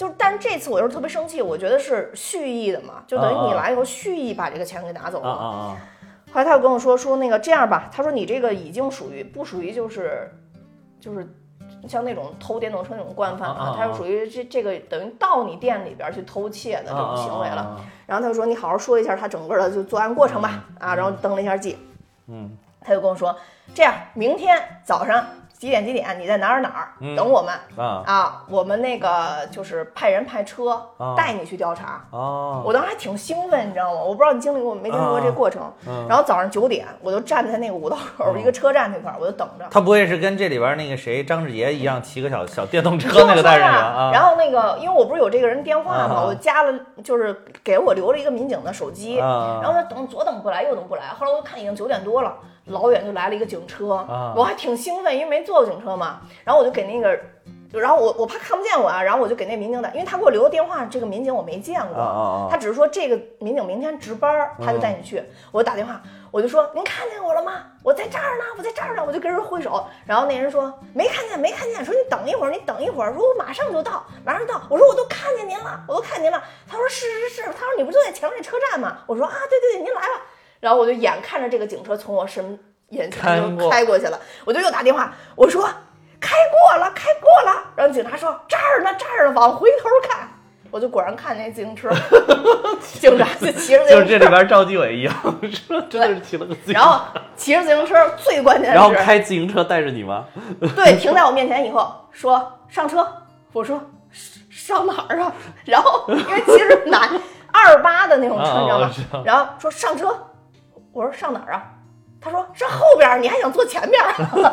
但这次我就是特别生气，我觉得是蓄意的嘛，就等于你来以后蓄意把这个钱给拿走了。后来他又跟我说那个这样吧，他说你这个已经不属于就是像那种偷电动车那种惯犯啊，他是属于这个等于到你店里边去偷窃的这种行为了。然后他就说你好好说一下他整个的就作案过程吧，然后登了一下记。他就跟我说这样，明天早上几点你在哪儿等我们我们那个就是派人派车带你去调查。我当时还挺兴奋，你知道吗？我不知道你经历过没经历过这过程。然后早上9点我就站在那个五道口一个车站那块我就等着。 他不会是跟这里边那个谁张志杰一样骑个小电动车那个带着你啊？ 然后那个因为我不是有这个人电话嘛，我加了就是给我留了一个民警的手机，然后他左等不来右等不来，后来我看已经9点多了。老远就来了一个警车，我还挺兴奋，因为没坐过警车嘛。然后我就给那个，然后我怕看不见我啊，然后我就给那民警打，因为他给我留的电话，这个民警我没见过，他只是说这个民警明天值班，他就带你去。我就打电话，我就说您看见我了吗？我在这儿呢，我就跟人挥手。然后那人说没看见，说你等一会儿，说我马上就到。我说我都看见您了。他说是，他说你不就在前面那车站吗？我说啊，对，您来吧。然后我就眼看着这个警车从我眼前就开过去了，我就又打电话，我说开过了。然后警察说这儿呢，往回头看，我就果然看见自行车，警察就骑着自行车， 就是这里边赵继伟一样，真的是骑了个自行车。 然后骑着自行车最关键的是， 然后开自行车带着你吗？ 对，停在我面前以后说上车，我说上哪儿啊？然后因为其实拿28的那种车，你知道吗？然后说上车。我说上哪儿啊？他说是后边，你还想坐前面？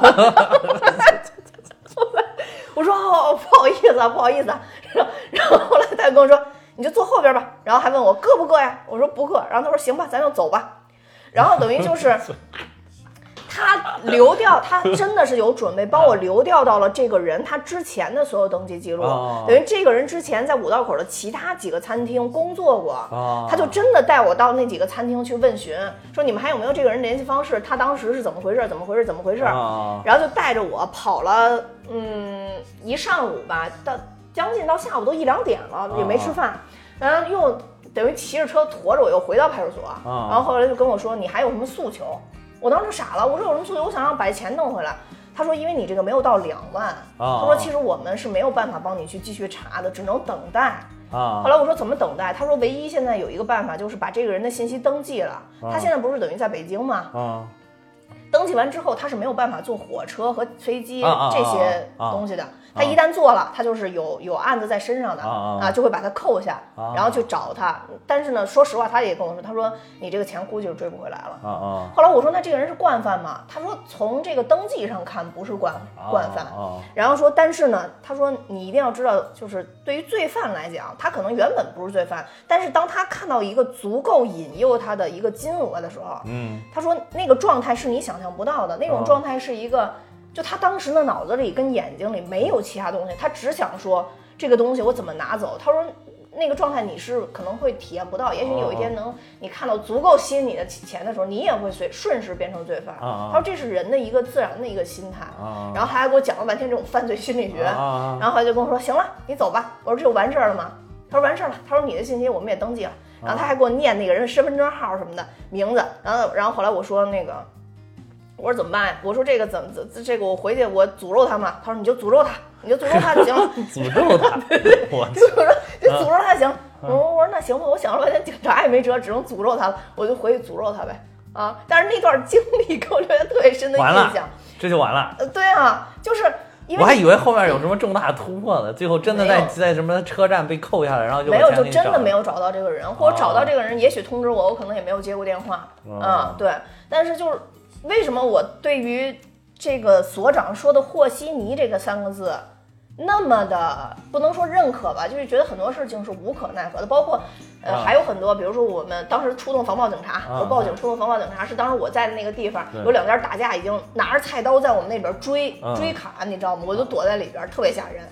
我说不好意思。然后后来他就跟我说你就坐后边吧，然后还问我硌不硌呀？我说不硌。然后他说行吧，咱就走吧。然后等于就是他真的是有准备帮我流调到了这个人他之前的所有登记记录，等于这个人之前在五道口的其他几个餐厅工作过，他就真的带我到那几个餐厅去问询，说你们还有没有这个人联系方式，他当时是怎么回事，然后就带着我跑了一上午吧，将近到下午都1、2点了，也没吃饭，然后又等于骑着车驮着我又回到派出所，然后后来就跟我说你还有什么诉求？我当时傻了，我说有什么诉求？我想让把钱弄回来。他说因为你这个没有到2万，他说其实我们是没有办法帮你去继续查的，只能等待。后来我说怎么等待？他说唯一现在有一个办法就是把这个人的信息登记了。他现在不是等于在北京吗？登记完之后他是没有办法坐火车和飞机这些东西的。他一旦做了，他就是有案子在身上的就会把他扣下，然后去找他。但是呢，说实话，他也跟我说，他说你这个钱估计是追不回来了。后来我说那这个人是惯犯吗？他说从这个登记上看不是惯犯。然后说但是呢，他说你一定要知道，就是对于罪犯来讲，他可能原本不是罪犯，但是当他看到一个足够引诱他的一个金额的时候，他说那个状态是你想象不到的，那种状态是一个。就他当时的脑子里跟眼睛里没有其他东西，他只想说这个东西我怎么拿走。他说那个状态你是可能会体验不到，也许你有一天你看到足够吸引你的钱的时候，你也会顺势变成罪犯。他说这是人的一个自然的一个心态。然后他还给我讲了半天这种犯罪心理学。然后他就跟我说行了，你走吧。我说这就完事儿了吗？他说完事儿了。他说你的信息我们也登记了。然后他还给我念那个人身份证号什么的名字。然后后来我说那个。我说怎么办呀？我说这个这个我回去我诅咒他们。他说你就诅咒他就行了。 诅咒他， 我就诅咒他行。我说那行吧，我想了半天，警察也没辙，只能诅咒他了，我就回去诅咒他呗。但是那段经历给我留下特别深的印象。 这就完了。 对啊，就是因为我还以为后面有什么重大突破呢，最后真的在什么车站被扣下来，然后就没有，就真的没有找到这个人，或者找到这个人，也许通知我可能也没有接过电话。对，但是就是。为什么我对于这个所长说的和稀泥这个3个字那么的不能说认可吧，就是觉得很多事情是无可奈何的，包括还有很多，比如说我们当时出动防暴警察，我报警出动防暴警察是当时我在的那个地方有2家打架，已经拿着菜刀在我们那边追砍，你知道吗？我就躲在里边，特别吓人。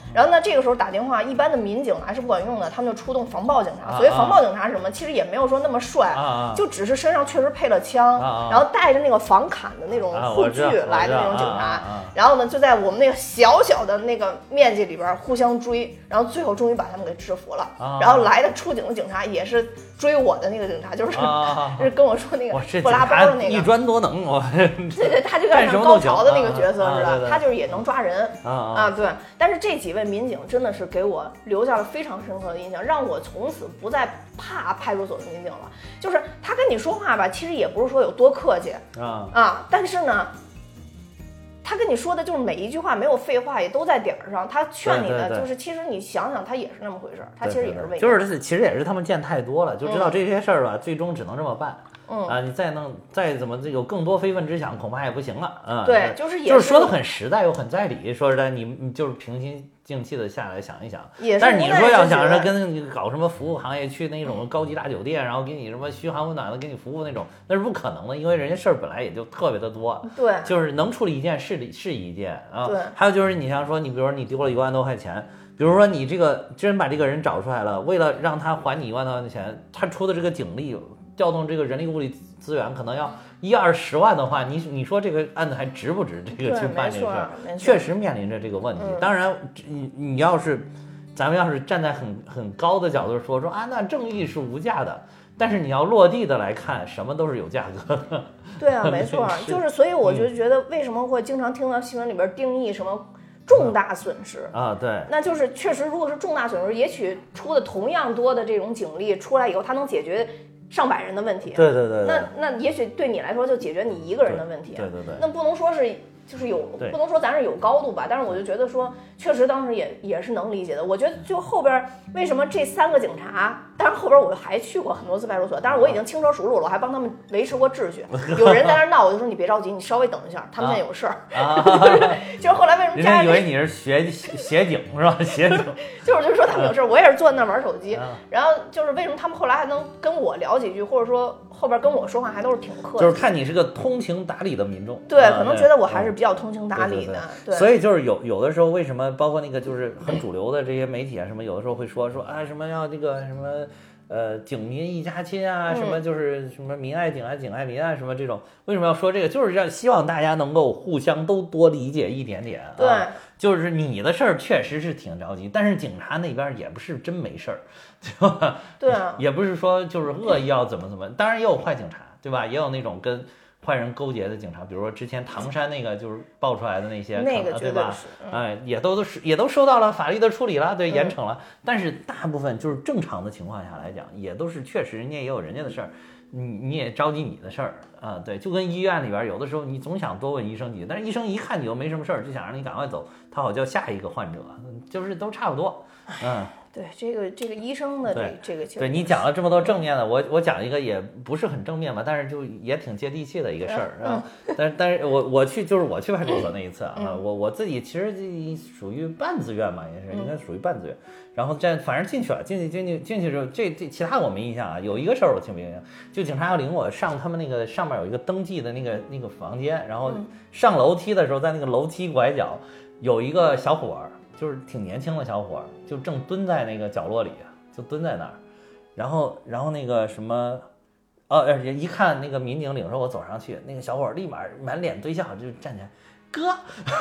然后呢，这个时候打电话，一般的民警还是不管用的，他们就出动防暴警察。所谓防暴警察是什么？其实也没有说那么帅，就只是身上确实配了枪，然后带着那个防砍的那种护具来的那种警察。然后呢，就在我们那个小小的那个面积里边互相追，然后最后终于把他们给制服了。然后来的出警的警察也是追我的那个警察，就是跟我说那个布拉包的那个一专多能， 对，他就有点像高潮的那个角色似的，他就是也能抓人对。但是这几位民警真的是给我留下了非常深刻的印象，让我从此不再怕派出所的民警了。就是他跟你说话吧，其实也不是说有多客气但是呢，他跟你说的就是每一句话没有废话，也都在点儿上。他劝你的就是，其实你想想，他也是那么回事，他其实也是为你， 就是其实也是他们见太多了，就知道这些事儿吧，最终只能这么办。你再怎么有更多非分之想，恐怕也不行了。 对，就是说的很实在又很在理。说实在，你就是平心静气的下来想一想。但是你说要想着跟你搞什么服务行业，去那种高级大酒店，然后给你什么嘘寒问暖的给你服务那种，那是不可能的，因为人家事儿本来也就特别的多。 对， 就是能处理一件是一件对， 还有就是你像说，你比如说你丢了1万多块钱。比如说你这个真把这个人找出来了，为了让他还你1万多块钱，他出的这个警力调动这个人力物力资源可能要10-20万的话，你说这个案子还值不值这个去办这个事儿？确实面临着这个问题。当然，你要是咱们要是站在很高的角度说那正义是无价的，但是你要落地的来看，什么都是有价格的。 对啊，没错，就是所以我就觉得为什么会经常听到新闻里边定义什么重大损失对， 那就是确实，如果是重大损失，也许出的同样多的这种警力出来以后，它能解决上百人的问题。 对， 那也许对你来说就解决你一个人的问题。 对， 那不能说是就是不能说咱是有高度吧，但是我就觉得说，确实当时也是能理解的。我觉得就后边为什么这3个警察，当然后边我还去过很多次派出所，当然我已经轻车熟路了，我还帮他们维持过秩序。有人在那闹，我就说你别着急，你稍微等一下，他们现在有事儿。就是后来为什么人家以为你是协警是吧？协警就是说他们有事儿，我也是坐在那玩手机。然后就是为什么他们后来还能跟我聊几句，或者说后边跟我说话还都是挺客气， 就是看你是个通情达理的民众。 对，可能觉得我还是比较通情达理的。对， 所以就是有的时候为什么包括那个就是很主流的这些媒体啊什么，有的时候会说什么要这个什么警民一家亲啊，什么就是什么民爱警啊，警爱民啊，什么这种，为什么要说这个？就是希望大家能够互相都多理解一点点。 对， 就是你的事儿确实是挺着急，但是警察那边也不是真没事儿，对吧？ 对啊， 也不是说就是恶意要怎么，当然也有坏警察，对吧？也有那种跟坏人勾结的警察，比如说之前唐山那个就是爆出来的那些，对吧？也都受到了法律的处理了，对，严惩了。但是大部分就是正常的情况下来讲，也都是确实人家也有人家的事儿，你也着急你的事儿对，就跟医院里边有的时候你总想多问医生几句，但是医生一看你又没什么事儿，就想让你赶快走，他好叫下一个患者，就是都差不多， 对，这个医生的这个对你讲了这么多正面的，我讲一个也不是很正面吧，但是就也挺接地气的一个事儿但是我去派出所那一次我自己其实属于半自愿吧，也是应该属于半自愿。然后反正进去了，进去之后这其他我没印象有一个事儿我挺没印象，就警察要领我上他们那个上面有一个登记的那个房间，然后上楼梯的时候，在那个楼梯拐角有一个小伙儿。就是挺年轻的小伙，就正蹲在那个角落里，就蹲在那儿，然后那个什么，一看那个民警领着我走上去，那个小伙立马满脸堆笑，就站起来，哥，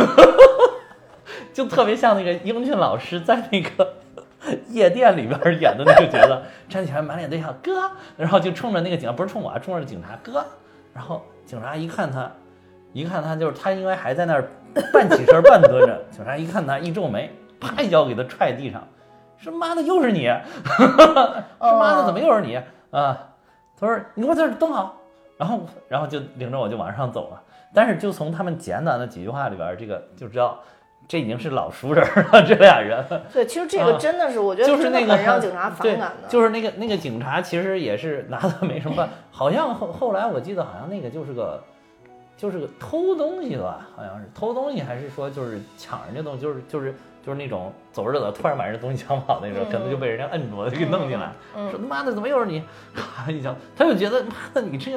就特别像那个英俊老师在那个夜店里边演的那个角色，站起来满脸堆笑，哥，然后就冲着那个警察，不是冲我，冲着警察，哥，然后警察一看他就是他应该还在那儿半起身半蹲着，警察一看他一皱眉，啪一脚给他踹地上，说妈的又是你，说妈的怎么又是你啊？他说你给我在这蹲好，然后就领着我就往上走了。但是就从他们简短的几句话里边，这个就知道这已经是老熟人了，这俩人。 对，其实这个真的是我觉得就是那个很让警察反感的。 就是那个警察其实也是拿的没什么办，好像后来我记得好像那个就是个偷东西吧，好像是偷东西，还是说就是抢人家东西，就是那种走着走突然把人东西抢跑那种，可能就被人家摁住了，就给弄进来，说他妈的怎么又是你？一脚，他就觉得妈的你这个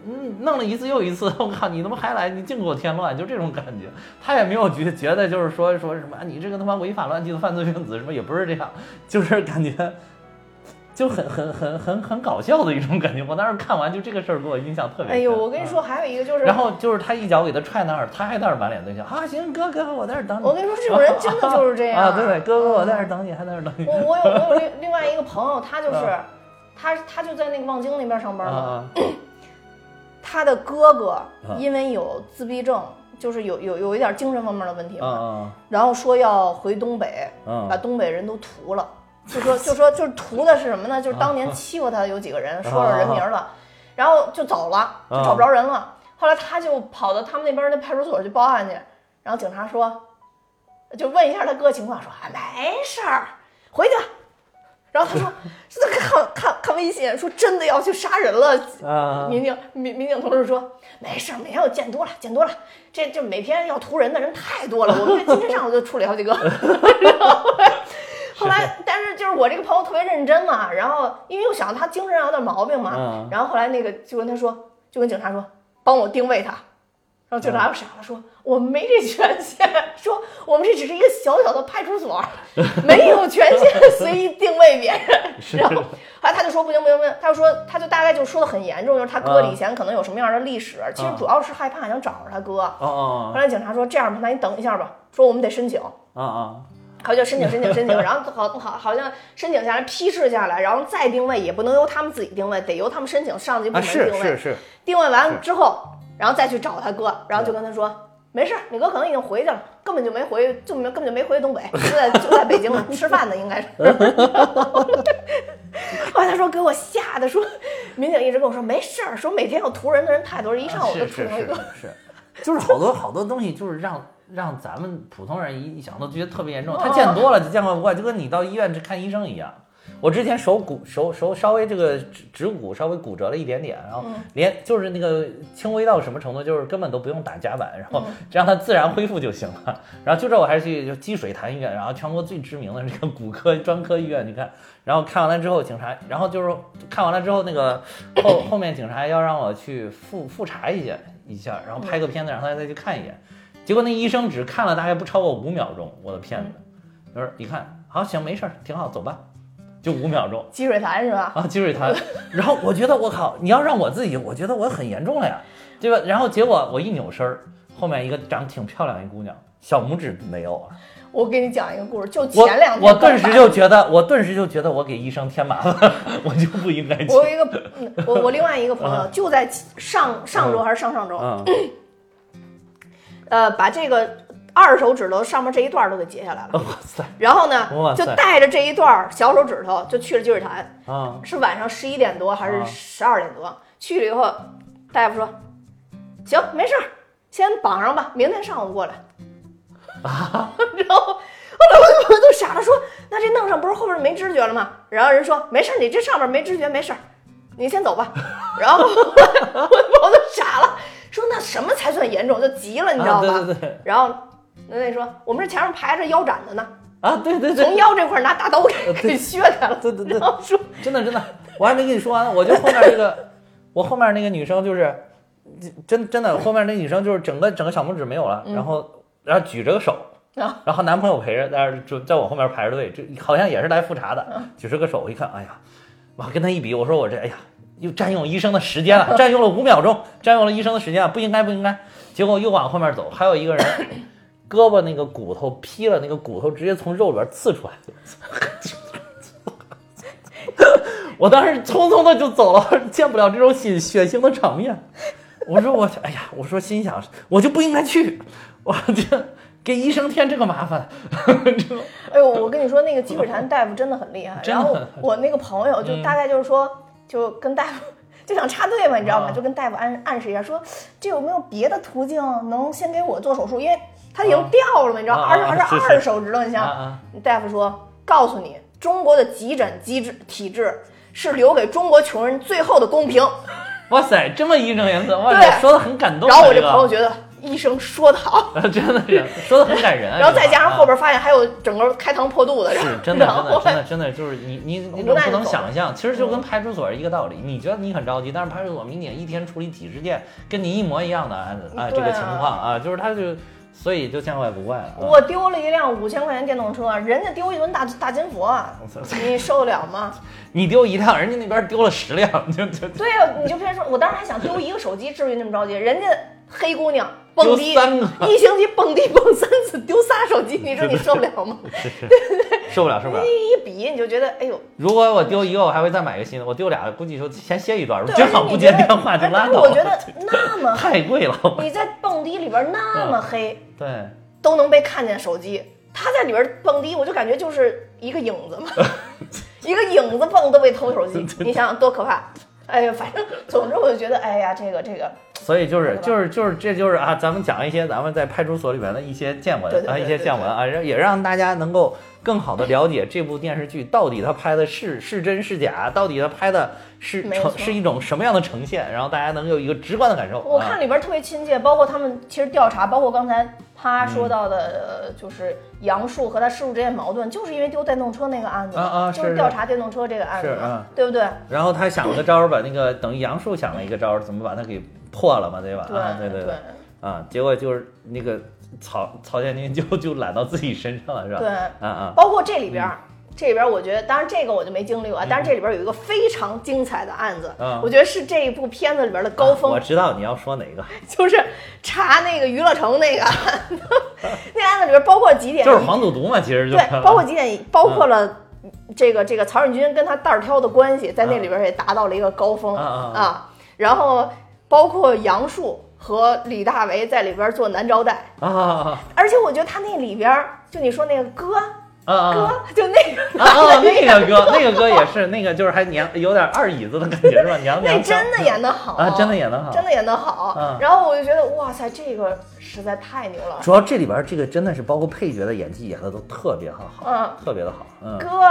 弄了一次又一次，我靠，你他妈还来，你净给我添乱，就这种感觉。他也没有觉得就是说什么你这个他妈违法乱纪的犯罪分子什么，也不是这样，就是感觉就很搞笑的一种感觉。我当时看完就这个事儿给我印象特别深。 哎呦，我跟你说还有一个就是， 然后就是他一脚给他踹那儿，他还在那儿满脸堆笑啊，行哥我在这儿等你。 我跟你说这种人真的就是这样啊，对哥我在这儿等你，还在这儿等你。 我有另外一个朋友，他就是他就在那个望京那边上班嘛。他的哥哥因为有自闭症，就是有一点精神方面的问题嘛，然后说要回东北，把东北人都屠了，就是屠的是什么呢？就是当年欺负他有几个人，说了人名了，然后就走了，就找不着人了。后来他就跑到他们那边的派出所去报案去，然后警察说，就问一下他哥情况，说没事儿，回去。然后他说看微信说真的要去杀人了。民警同志说没事，见多了，这每天要屠人的人太多了，我们今天上午就处理好几个。后来但是就是我这个朋友特别认真嘛，然后因为我想他精神上有点毛病嘛，然后后来那个就跟警察说帮我定位他。然后警察又傻了，说我们没这权限，说我们这只是一个小小的派出所，没有权限随意定位别人。然后后来他就说不行，他就大概就说的很严重，就是他哥以前可能有什么样的历史，其实主要是害怕想找着他哥。后来警察说这样吧，那你等一下吧，说我们得申请。他就申请，然后好像申请下来批示下来，然后再定位也不能由他们自己定位，得由他们申请上级部门定位。 是定位完之后。然后再去找他哥，然后就跟他说没事，你哥可能已经回去了，根本就没回东北，就在北京呢，吃饭呢应该是。后来他说给我吓的，说民警一直跟我说没事，说每天要屠人的人太多，一上午就屠一个。 是，就是好多东西就是让咱们普通人一想都觉得特别严重，他见多了就见怪不怪，就跟你到医院去看医生一样。我之前手稍微这个指骨稍微骨折了一点点，然后就是那个轻微到什么程度，就是根本都不用打夹板，然后让它自然恢复就行了。然后就这我还是去积水潭医院，然后全国最知名的这个骨科专科医院去看，然后看完了之后警察，然后就是看完了之后那个后面警察要让我去复查一下，然后拍个片子让他再去看一眼，结果那医生只看了大概不超过5秒钟我的片子，就是你看好行没事挺好，走吧。就5秒钟， 积水潭是吧？ 积水潭。然后我觉得我靠，你要让我自己，我觉得我很严重了呀，对吧？然后结果我一扭身，后面一个长得挺漂亮一姑娘，小拇指没有啊。 我给你讲一个故事，就前2天我顿时就觉得我给医生添麻烦，我就不应该去。 我另外一个朋友就在上周还是上周，把这个2手指头上面这一段都给截下来了。 哇塞！ 然后呢，就带着这一段小手指头就去了积水潭。是晚上11点多还是12点多？去了以后，大夫说：“行，没事，先绑上吧，明天上午过来。”然后后来我都傻了，说：“那这弄上不是后边没知觉了吗？”然后人说：“没事，你这上面没知觉，没事，你先走吧。”然后我都傻了，说：“那什么才算严重？”就急了，你知道吗？ 对。 然后。那说我们这前面排着腰斩的呢对， 从腰这块拿大刀给削开了。 对。 然后说真的，我还没跟你说完，我就后面那个，我后面那个女生就是真的，后面那女生就是整个小拇指没有了，然后举着个手，然后男朋友陪着，但是就在我后面排着队，这好像也是来复查的，举着个手，我一看，哎呀，哇，跟他一比，我说我这，哎呀，又占用医生的时间了，占用了5秒钟，占用了医生的时间，不应该，结果又往后面走，还有一个人。胳膊那个骨头劈了，那个骨头直接从肉里边刺出来，我当时匆匆的就走了，见不了这种血腥的场面。我说心想，我就不应该去，我就给医生添这个麻烦。 哎呦，我跟你说，那个积水潭大夫真的很厉害。然后我那个朋友就大概就是说，就跟大夫。就想插队嘛，你知道吗？就跟大夫暗示一下，说这有没有别的途径能先给我做手术？因为他已经掉了嘛，你知道，还是2手指头。你像大夫说，告诉你，中国的急诊体制是留给中国穷人最后的公平。 哇塞，这么义正言辞，哇，说的很感动。 然后我这朋友觉得医生说的好， 真的是说的很感人。 然后再加上后边发现还有整个开膛破肚的， 是真的就是你不能想象，其实就跟派出所一个道理。你觉得你很着急，但是派出所民警一天处理几十件跟你一模一样的案子这个情况啊，就是他就。所以就见怪不怪了。 我丢了一辆5000块钱电动车，人家丢一吨大金佛，你受得了吗？ 你丢一辆，人家那边丢了10辆， 对呀，你就偏说，我当时还想丢一个手机，至于那么着急？人家黑姑娘蹦迪1星期蹦迪蹦3次，丢仨手机，你说你受不了吗？ 对对对，受不了。 一比你就觉得，哎呦， 如果我丢一个，我还会再买个新的；我丢俩，估计就先歇一段，正好不接电话就拉倒。 我觉得那么太贵了， 你在蹦迪里边那么黑， 对， 都能被看见手机，他在里边蹦迪，我就感觉就是一个影子嘛，一个影子蹦都被偷手机，你想想多可怕！哎呀，反正总之我就觉得，哎呀，这个。 所以这就是啊，咱们讲一些咱们在派出所里面的一些见闻啊，一些见闻啊，也让大家能够更好的了解这部电视剧到底它拍的是真是假，到底它拍的是一种什么样的呈现，然后大家能有一个直观的感受。 我看里边特别亲切，包括他们其实调查，包括刚才他说到的，就是杨树和他师傅之间矛盾，就是因为丢电动车那个案子就是调查电动车这个案子对不对？ 然后他想了个招把那个等于杨树想了一个招，怎么把它给破了嘛，对吧？对啊，结果就是那个曹建军就揽到自己身上了，是吧？ 对，包括这里边。这里边我觉得，当然这个我就没经历过，但是这里边有一个非常精彩的案子，我觉得是这一部片子里边的高峰。 我知道你要说哪个， 就是查那个娱乐城那个那案子里边包括几点， 就是黄赌毒嘛，其实就对，包括几点，包括了这个曹忍军跟他袋儿挑的关系，在那里边也达到了一个高峰然后包括杨树和李大为在里边做男招待而且我觉得他那里边就你说那个哥就那个哥也是那个就是还有点二椅子的感觉是吧？娘那真的演得好真的演得好然后我就觉得哇塞，这个实在太牛了。 主要这里边这个真的是包括配角的演技演的都特别好特别的好哥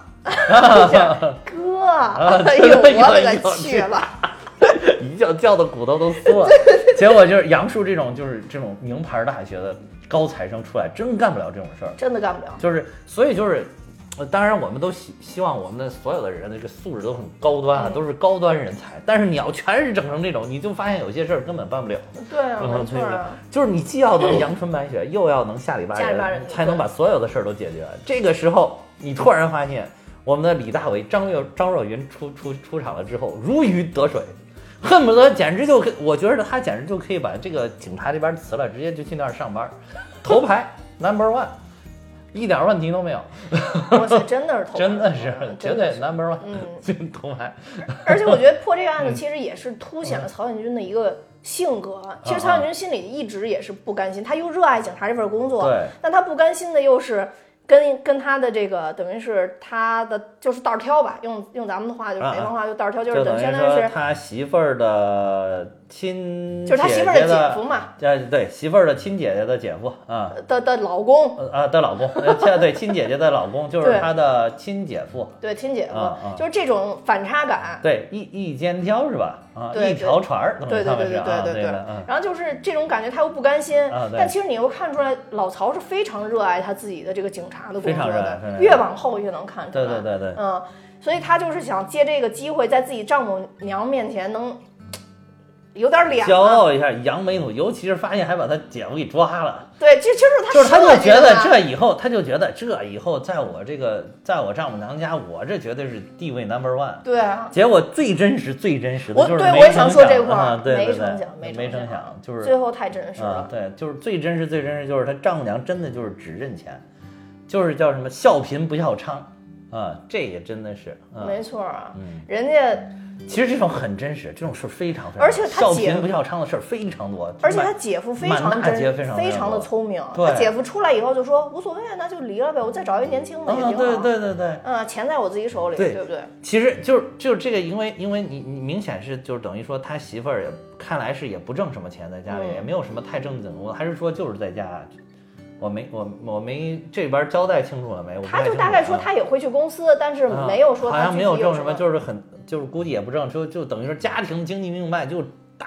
哎呦我勒个去了一觉叫的骨头都酥了结果就是杨树这种名牌大学的高材生出来真干不了这种事儿， 真的干不了。 所以当然我们都希望我们的所有的人的这个素质都很高端都是高端人才，但是你要全是整成这种，你就发现有些事儿根本办不了。 对啊，没错就是你既要能阳春白雪，又要能下里巴人，才能把所有的事儿都解决。这个时候你突然发现我们的李大为、张若昀出场了之后如鱼得水，恨不得简直我觉得他简直就可以把这个警察这边辞了，直接就去那儿上班，头牌 No.1， 一点问题都没有。 我去，真的是头牌， 真的是绝对 No.1，头牌。 而且我觉得破这个案子其实也是凸显了曹建军的一个性格。其实曹建军心里一直也是不甘心，他又热爱警察这份工作，但他不甘心的又是。跟他的这个等于是他的就是道挑吧，用咱们的话就是北方话就道挑，就是等于相当于是他媳妇儿的亲， 就是他媳妇儿的姐夫嘛。 对，媳妇儿的亲姐姐的姐夫的老公的老公，对，亲姐姐的老公就是他的亲姐夫， 对，亲姐夫就是这种反差感， 对，一肩挑是吧？一条船， 对，然后就是这种感觉，他又不甘心，但其实你又看出来，老曹是非常热爱他自己的这个警察的工作的，越往后越能看出来， 对， 所以他就是想借这个机会，在自己丈母娘面前能有点脸， 骄傲一下，扬眉吐，尤其是发现还把他姐夫给抓了。 对，就是他就觉得这以后在我丈母娘家，我这绝对是地位 No.1。 对啊， 结果最真实的就是对，我也想说这块儿， 没成想，就是最后太真实了。 对，就是最真实就是他丈母娘真的就是只认钱，就是叫什么笑贫不笑娼这也真的是没错人家。 其实这种很真实，这种事非常， 而且他笑贫不笑娼的事非常多， 而且他姐夫非常非常的聪明。他姐夫出来以后就说无所谓，那就离了呗，我再找一个年轻的也挺好。 对， 钱在我自己手里，对不对？ 其实就是这个，因为你明显是就是等于说他媳妇儿也看来是也不挣什么钱，在家里也没有什么太正经的工作，还是说就是在家。我没这边交代清楚了没？ 他就大概说他也会去公司，但是没有说好像没有挣什么，就是估计也不挣，就等于说家庭经济命脉就大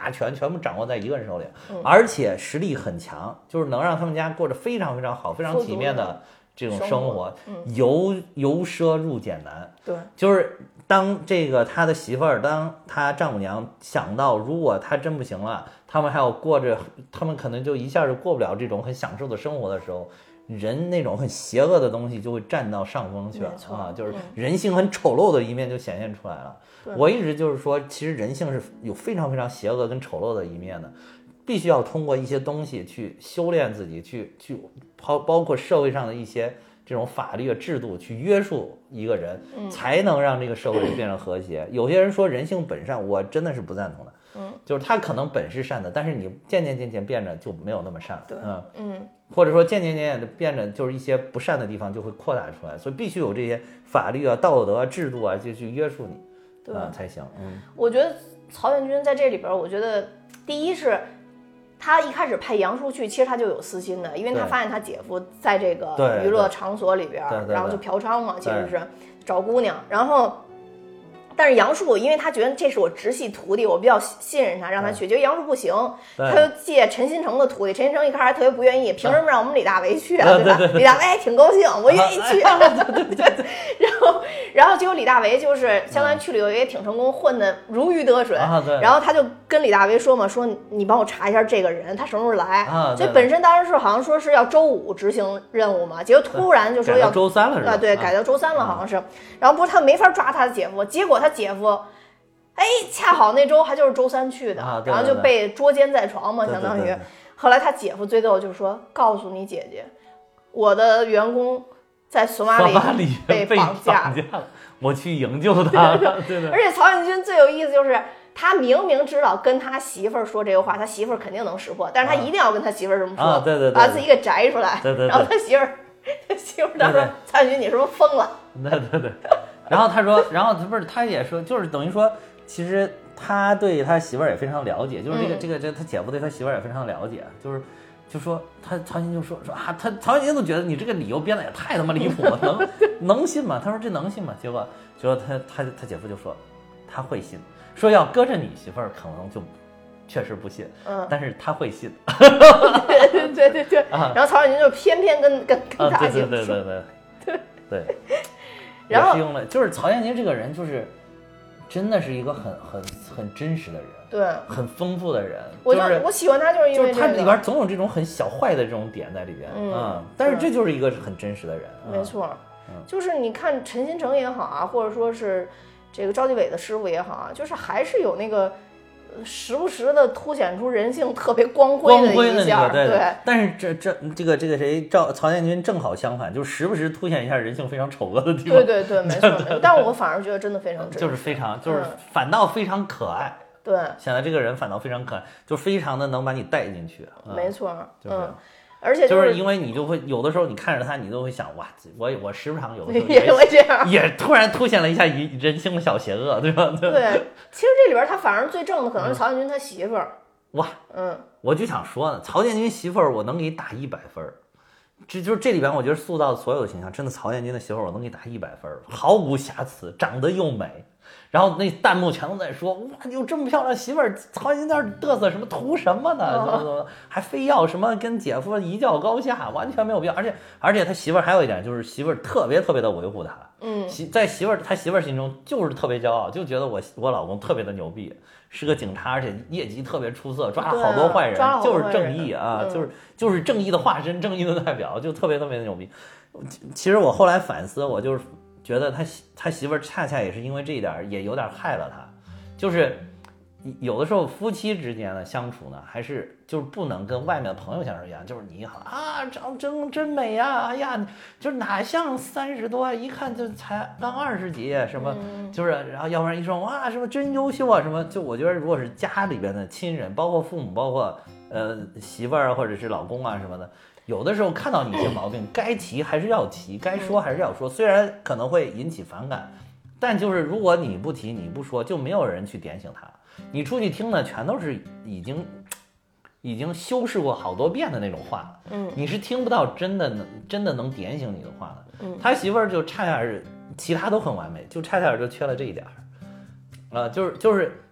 大权全部掌握在一个人手里，而且实力很强，就是能让他们家过着非常非常好、非常体面的这种生活，由奢入俭难。 对， 就是当这个他的媳妇儿，当他丈母娘想到如果他真不行了，他们还要过着，他们可能就一下就过不了这种很享受的生活的时候，人那种很邪恶的东西就会占到上风去了啊，就是人性很丑陋的一面就显现出来了。我一直就是说，其实人性是有非常非常邪恶跟丑陋的一面的，必须要通过一些东西去修炼自己，去包括社会上的一些这种法律制度去约束一个人，才能让这个社会变得和谐。有些人说人性本善，我真的是不赞同的。就是他可能本是善的，但是你渐渐变着就没有那么善了。或者说渐渐的变着，就是一些不善的地方就会扩大出来，所以必须有这些法律啊、道德啊、制度啊，就去约束你，才行。 我觉得曹建军在这里边，我觉得第一是他一开始派杨叔去，其实他就有私心的，因为他发现他姐夫在这个娱乐场所里边，然后就嫖娼嘛，其实是找姑娘，然后。但是杨树，因为他觉得这是我直系徒弟，我比较信任他，让他去。结果杨树不行，他就借陈新成的徒弟。陈新成一开始还特别不愿意，凭什么让我们李大为去啊？对吧？李大为还挺高兴，我愿意去。对。然后结果李大为就是相当于去旅游也挺成功，混得如鱼得水。然后他就跟李大为说嘛，说你帮我查一下这个人，他什么时候来？所以本身当时是好像说是要周五执行任务嘛，结果突然就说要周三了，是吧？ 对，改到周三了，好像是。然后不是他没法抓他的姐夫，结果他姐夫，恰好那周还就是周三去的，然后就被捉奸在床嘛，相当于。后来他姐夫最后就说：“告诉你姐姐，我的员工在索马里被绑架了，我去营救他了。”对。 而且曹建军最有意思就是，他明明知道跟他媳妇儿说这个话，他媳妇儿肯定能识破，但是他一定要跟他媳妇儿这么说， 对， 把自己给摘出来。 对。 然后他媳妇儿他说：“曹建军，你是不是疯了？” 对。然后他说，他也说，就是等于说，其实他对他媳妇儿也非常了解，就是这个他姐夫对他媳妇儿也非常了解，就说他曹新就说啊，他曹新都觉得你这个理由编的也太他妈离谱了，能信吗？他说这能信吗？结果他姐夫就说他会信，说要搁着你媳妇儿可能就确实不信，但是他会信。 对。然后曹建军就偏跟他姐夫说， 对。 然后用了，就是曹建军这个人，就是真的是一个很真实的人， 对， 很丰富的人。 我喜欢他，就是因为他里边总有这种很小坏的这种点在里边，但是这就是一个很真实的人， 没错。就是你看陈新成也好啊，或者说是这个赵继伟的师傅也好啊，就是还是有那个。时不时的凸显出人性特别光辉的一下，对。 但是这个谁曹建军正好相反，就时不时凸显一下人性非常丑恶的地方。 对，没错。但是我反而觉得真的非常真， 就是非常反倒非常可爱。 对， 显得这个人反倒非常可爱，就非常的能把你带进去。 没错， 而且就是因为你就会有的时候你看着他，你都会想哇，我时不常有的时候也会这样， 也突然凸显了一下人性的小邪恶，对吧？ 对，其实这里边他反而最正的可能是曹建军他媳妇儿。 哇，我就想说呢，曹建军媳妇儿我能给打100分，就是这里边我觉得塑造的所有的形象，真的曹建军的媳妇儿我能给打100分，毫无瑕疵，长得又美。然后那弹幕全都在说，哇，有这么漂亮媳妇儿，曹建军在那嘚瑟什么，图什么呢？还非要什么跟姐夫一较高下，完全没有必要。而且他媳妇儿还有一点，就是媳妇儿特别的维护他。在他媳妇儿心中就是特别骄傲，就觉得我老公特别的牛逼，是个警察，而且业绩特别出色，抓了好多坏人，就是正义啊，就是正义的化身，正义的代表，就特别的牛逼。其实我后来反思，我就是觉得他媳妇儿恰恰也是因为这一点也有点害了他，就是有的时候夫妻之间的相处呢，还是就是不能跟外面的朋友相处一样，就是你好啊，长真美呀，哎呀，就是哪像30多，一看就才刚20几什么，就是然后要不然一说哇什么真优秀啊什么，就我觉得如果是家里边的亲人，包括父母，包括媳妇儿或者是老公啊什么的。有的时候看到你一些毛病，该提还是要提，该说还是要说，虽然可能会引起反感，但就是如果你不提你不说，就没有人去点醒他。你出去听的全都是已经修饰过好多遍的那种话，你是听不到真的能点醒你的话的。他媳妇儿就差点是其他都很完美，就差点就缺了这一点，就是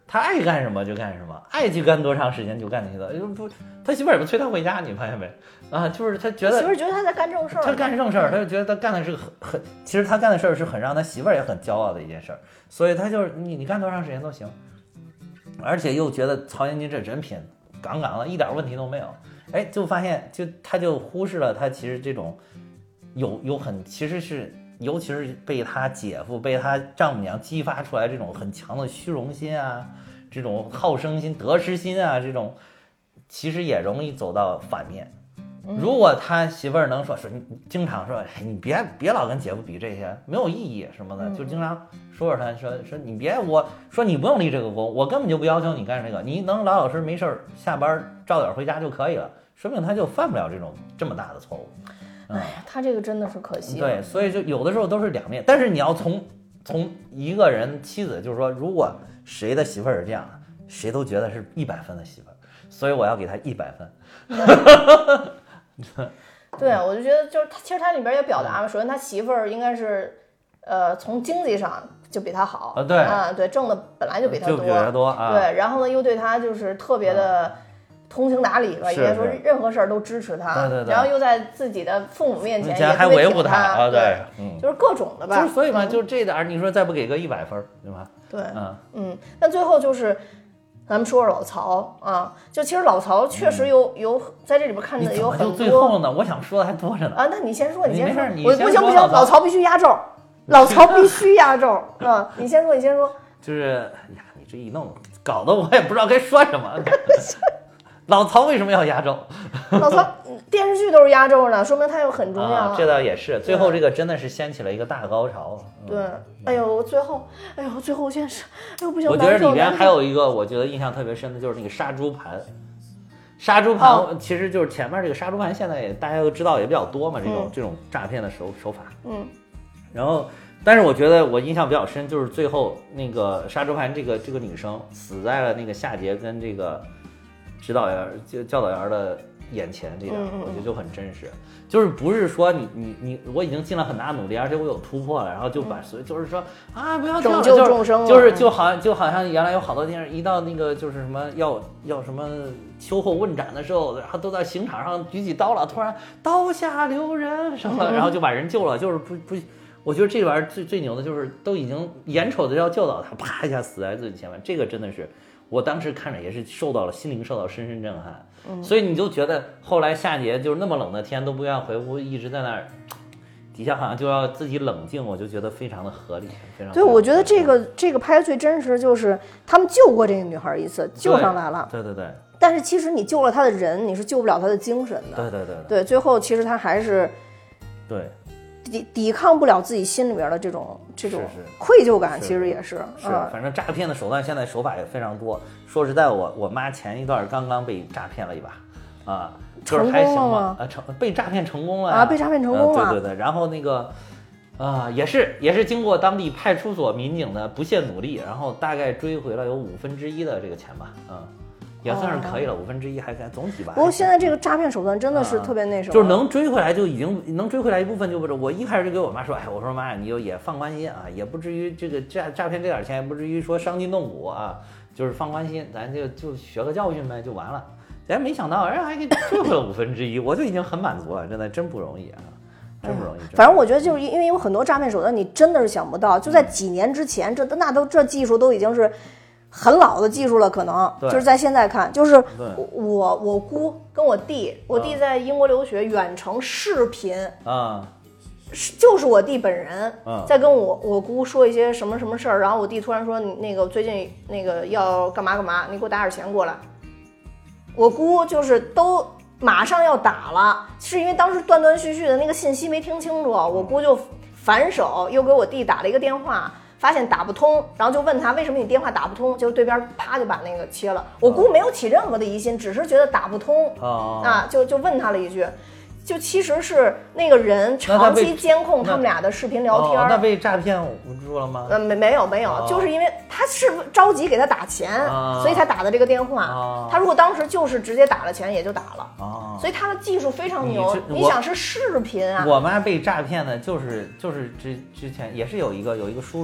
他爱干什么就干什么，爱去干多长时间就干那些的，不，他媳妇儿也不催他回家，你发现没？啊，就是他觉得媳妇儿觉得他在干正事儿， 他干正事儿，他就觉得他干的是其实他干的事儿是很让他媳妇儿也很骄傲的一件事儿，所以他就是你干多长时间都行，而且又觉得曹云金这人品杠杠的，一点问题都没有。哎，就发现他就忽视了他其实这种其实是尤其是被他姐夫被他丈母娘激发出来这种很强的虚荣心啊，这种好胜心得失心啊，这种其实也容易走到反面。如果他媳妇儿能说你经常说，哎，你别老跟姐夫比这些没有意义什么的，就经常说他说你别我说你不用立这个功，我根本就不要求你干这个，你能老老实没事下班照点回家就可以了，说明他就犯不了这么大的错误。 哎呀，他这个真的是可惜。 对，所以就有的时候都是两面，但是你要从一个人妻子，就是说，如果谁的媳妇儿是这样的，谁都觉得是100分的媳妇儿，所以我要给他100分。 对，我就觉得就是其实他里边也表达了，首先他媳妇儿应该是从经济上就比他好，对，挣的本来就比他多，对，然后呢又对他就是特别的通情达理吧，应该说任何事儿都支持他， 对， 然后又在自己的父母面前也还维护他，对， 就是各种的吧， 就是所以嘛，就这点你说再不给个100分，对吧？ 对，但最后就是咱们说说老曹啊，就其实老曹确实有在这里边看的有很多。 就最后呢，我想说的还多着呢。 啊，那你先说，你先说。 我不行，老曹必须压轴，老曹必须压轴啊！你先说。 就是呀，你这一弄，搞得我也不知道该说什么。老曹为什么要压轴？ 老曹电视剧都是压轴呢，说明他又很重要。 这倒也是，最后这个真的是掀起了一个大高潮。 对，哎呦，最后现实，哎呦不行。 我觉得里边还有一个我觉得印象特别深的就是那个杀猪盘。杀猪盘其实就是前面这个杀猪盘，现在也大家都知道也比较多嘛，这种诈骗的手法。然后，但是我觉得我印象比较深就是最后那个杀猪盘这个女生死在了那个夏杰跟这个指导员教导员的眼前，这点我觉得就很真实，就是不是说你我已经尽了很大努力，而且我有突破了，然后就把所以就是说啊不要拯救众生， 就好像原来有好多电视一到那个就是什么要什么秋后问斩的时候，然后都在刑场上举起刀了，突然刀下留人什么，然后就把人救了，就是不。我觉得这玩意儿最牛的就是都已经眼瞅着要救到他，啪一下死在自己前面，这个真的是我当时看着也是心灵受到深深震撼。所以你就觉得后来夏杰就是那么冷的天都不愿回屋，一直在那儿底下好像就要自己冷静，我就觉得非常的合理，非常对。我觉得这个拍的最真实，就是他们救过这个女孩一次，救上来了。 对。 但是其实你救了她的人，你是救不了她的精神的。对。最后其实她还是对。 抵抗不了自己心里边的这种愧疚感，其实也是。 反正诈骗的手段现在手法也非常多。说实在，我妈前一段刚刚被诈骗了一把，啊，就是还行吧，被诈骗成功了啊， 被诈骗成功了。 对。然后那个也是经过当地派出所民警的不懈努力，然后大概追回了有1/5的这个钱吧，也算是可以了，1/5还算总体吧。 不过现在这个诈骗手段真的是特别那什么， 就是能追回来就已经能追回来一部分就不是。我一开始就给我妈说，我说妈，你就也放宽心啊，也不至于这个诈骗这点钱，也不至于说伤筋动骨啊，就是放宽心，咱就学个教训呗，就完了。没想到人还给追回了1/5，我就已经很满足了，真的真不容易啊。真不容易。 反正我觉得就是因为有很多诈骗手段，你真的是想不到，就在几年之前，这技术都已经是很老的技术了，可能就是在现在看，就是我姑跟我弟在英国留学，远程视频啊， 就是我弟本人在跟我姑说一些什么什么事儿，然后我弟突然说你那个最近那个要干嘛，你给我打点钱过来。我姑就是都马上要打了，是因为当时断断续续的那个信息没听清楚，我姑就反手又给我弟打了一个电话。发现打不通，然后就问他为什么你电话打不通，就对边啪就把那个切了。我姑没有起任何的疑心，只是觉得打不通就问他了一句，就其实是那个人长期监控他们俩的视频聊天。 那被诈骗住了吗？ 没有，就是因为他是着急给他打钱，所以才打的这个电话。他如果当时就是直接打了钱，也就打了。所以他的技术非常牛。你想是视频啊？ 我妈被诈骗的就是之前也是有一个叔叔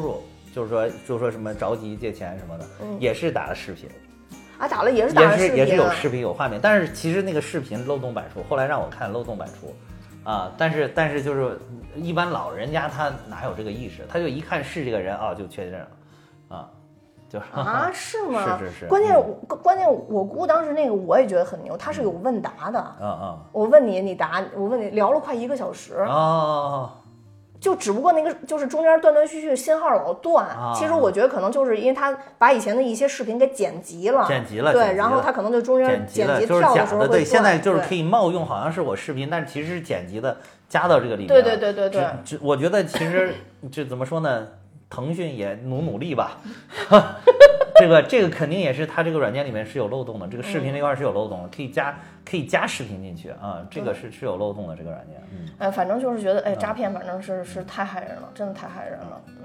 就是说什么着急借钱什么的，也是打了视频。 打了也是打了视频， 也是有视频有画面，但是其实那个视频漏洞百出，后来让我看漏洞百出，但是就是一般老人家他哪有这个意识，他就一看是这个人就确认了，就是是吗？ 是。 关键我姑当时那个我也觉得很牛，他是有问答的，我问你答，我问你聊了快1个小时就只不过那个就是中间断断续续信号老断，其实我觉得可能就是因为他把以前的一些视频给剪辑了，对，然后他可能就中间剪辑跳的时候会断， 对，现在就是可以冒用，好像是我视频，但是其实是剪辑的加到这个里面。 对， 我觉得其实这怎么说呢？腾讯也努力吧，这个肯定也是它这个软件里面是有漏洞的，这个视频那块是有漏洞的，可以加视频进去这个是有漏洞的这个软件。 反正就是觉得诈骗反正是太害人了，真的太害人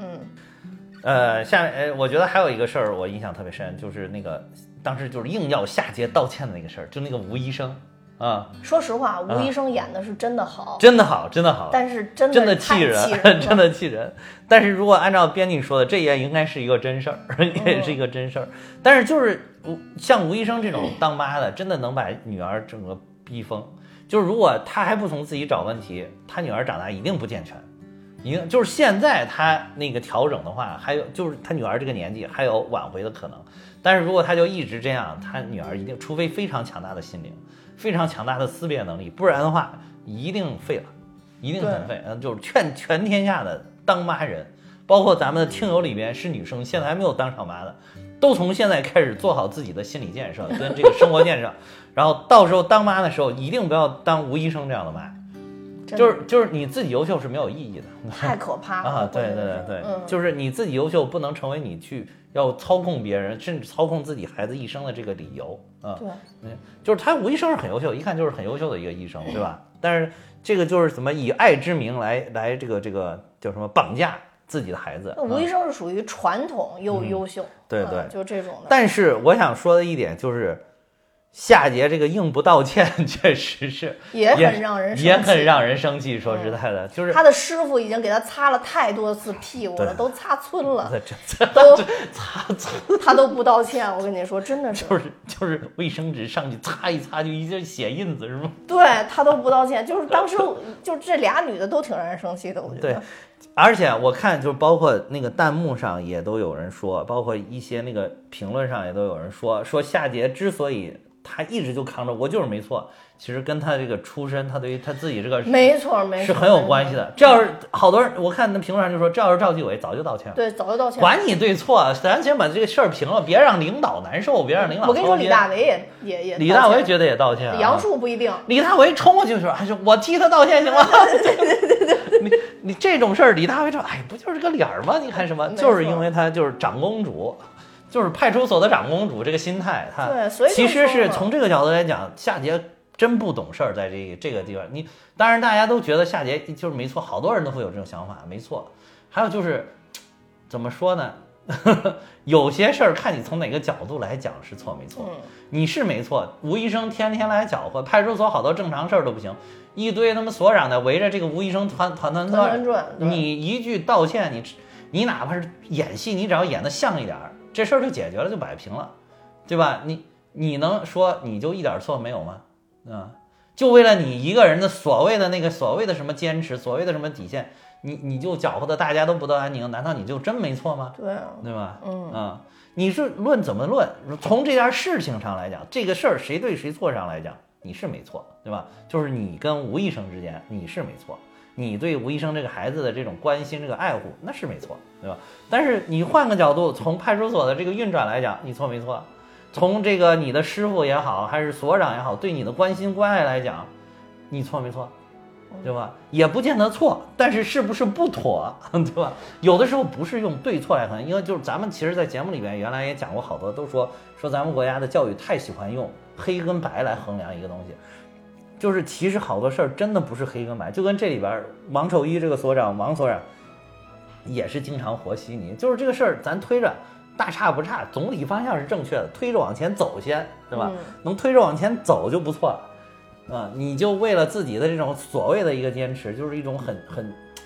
了。我觉得还有一个事儿我印象特别深，就是那个当时就是硬要夏洁道歉的那个事儿，就那个吴医生。 说实话，吴医生演的是真的好， 真的好， 但是真的气人，真的气人。但是如果按照编辑说的，这也应该是一个真事儿，也是一个真事儿。但是就是像吴医生这种当妈的，真的能把女儿整个逼疯。就是如果他还不从自己找问题，他女儿长大一定不健全，就是现在他那个调整的话，还有就是他女儿这个年纪还有挽回的可能。但是如果他就一直这样，他女儿一定，除非非常强大的心灵，非常强大的思辨能力，不然的话一定废了，一定很废。就是劝全天下的当妈人，包括咱们的听友里边是女生，现在还没有当上妈的，都从现在开始做好自己的心理建设跟这个生活建设，然后到时候当妈的时候一定不要当吴医生这样的妈。就是你自己优秀是没有意义的， 太可怕了对，就是你自己优秀不能成为你去要操控别人甚至操控自己孩子一生的这个理由对， 就是他吴医生是很优秀，一看就是很优秀的一个医生，对吧？但是这个就是怎么以爱之名来这个叫什么绑架自己的孩子。 吴医生是属于传统又优秀， 对， 就这种的。 但是我想说的一点就是。夏洁这个硬不道歉，确实是也很让人生气。说实在的，就是他的师傅已经给他擦了太多次屁股了，都擦皴了， 都擦他都不道歉。我跟你说，真的是就是卫生纸上去擦一擦，就一些血印子是吗？ 对他都不道歉，就是当时就这俩女的都挺让人生气的，我觉得。 对，而且我看就是包括那个弹幕上也都有人说，包括一些那个评论上也都有人说夏洁之所以。他一直就扛着，我就是没错。其实跟他这个出身，他对于他自己这个没错是很有关系的。这要是好多人，我看那评论上就说，这要是赵继伟早就道歉了。 对，早就道歉了。 管你对错，咱先把这个事儿平了，别让领导难受，别让领导。 我跟你说，李大为也李大为觉得也道歉， 杨树不一定。 李大为冲过去说：“哎，我替他道歉行吗？”对，你这种事儿，李大为说：“哎，不就是个脸儿吗？你看什么？就是因为他就是长公主。”就是派出所的长公主这个心态，他其实是从这个角度来讲，夏洁真不懂事儿，在这个地方。你当然大家都觉得夏洁就是没错，好多人都会有这种想法，没错。还有就是怎么说呢？有些事儿看你从哪个角度来讲是错没错。你是没错，吴医生天天来搅和，派出所好多正常事儿都不行，一堆他妈所长的围着这个吴医生团转。你一句道歉，你哪怕是演戏，你只要演得像一点儿。这事儿就解决了，就摆平了，对吧？你能说你就一点错没有吗？就为了你一个人的所谓的什么坚持，所谓的什么底线，你就搅和的大家都不得安宁，难道你就真没错吗？对吧？你是论怎么论？从这件事情上来讲，这个事儿谁对谁错上来讲，你是没错，对吧？就是你跟吴医生之间，你是没错。你对吴医生这个孩子的这种关心、这个爱护，那是没错，对吧？但是你换个角度，从派出所的这个运转来讲，你错没错？从这个你的师傅也好，还是所长也好，对你的关心关爱来讲，你错没错？对吧？也不见得错，但是是不是不妥，对吧？有的时候不是用对错来衡，因为就是咱们其实，在节目里边原来也讲过好多，都说咱们国家的教育太喜欢用黑跟白来衡量一个东西。就是其实好多事儿真的不是黑跟白，就跟这里边王丑一这个所长王所长也是经常和稀泥，就是这个事儿咱推着大差不差，总体方向是正确的，推着往前走先，对吧？能推着往前走就不错了，你就为了自己的这种所谓的一个坚持，就是一种很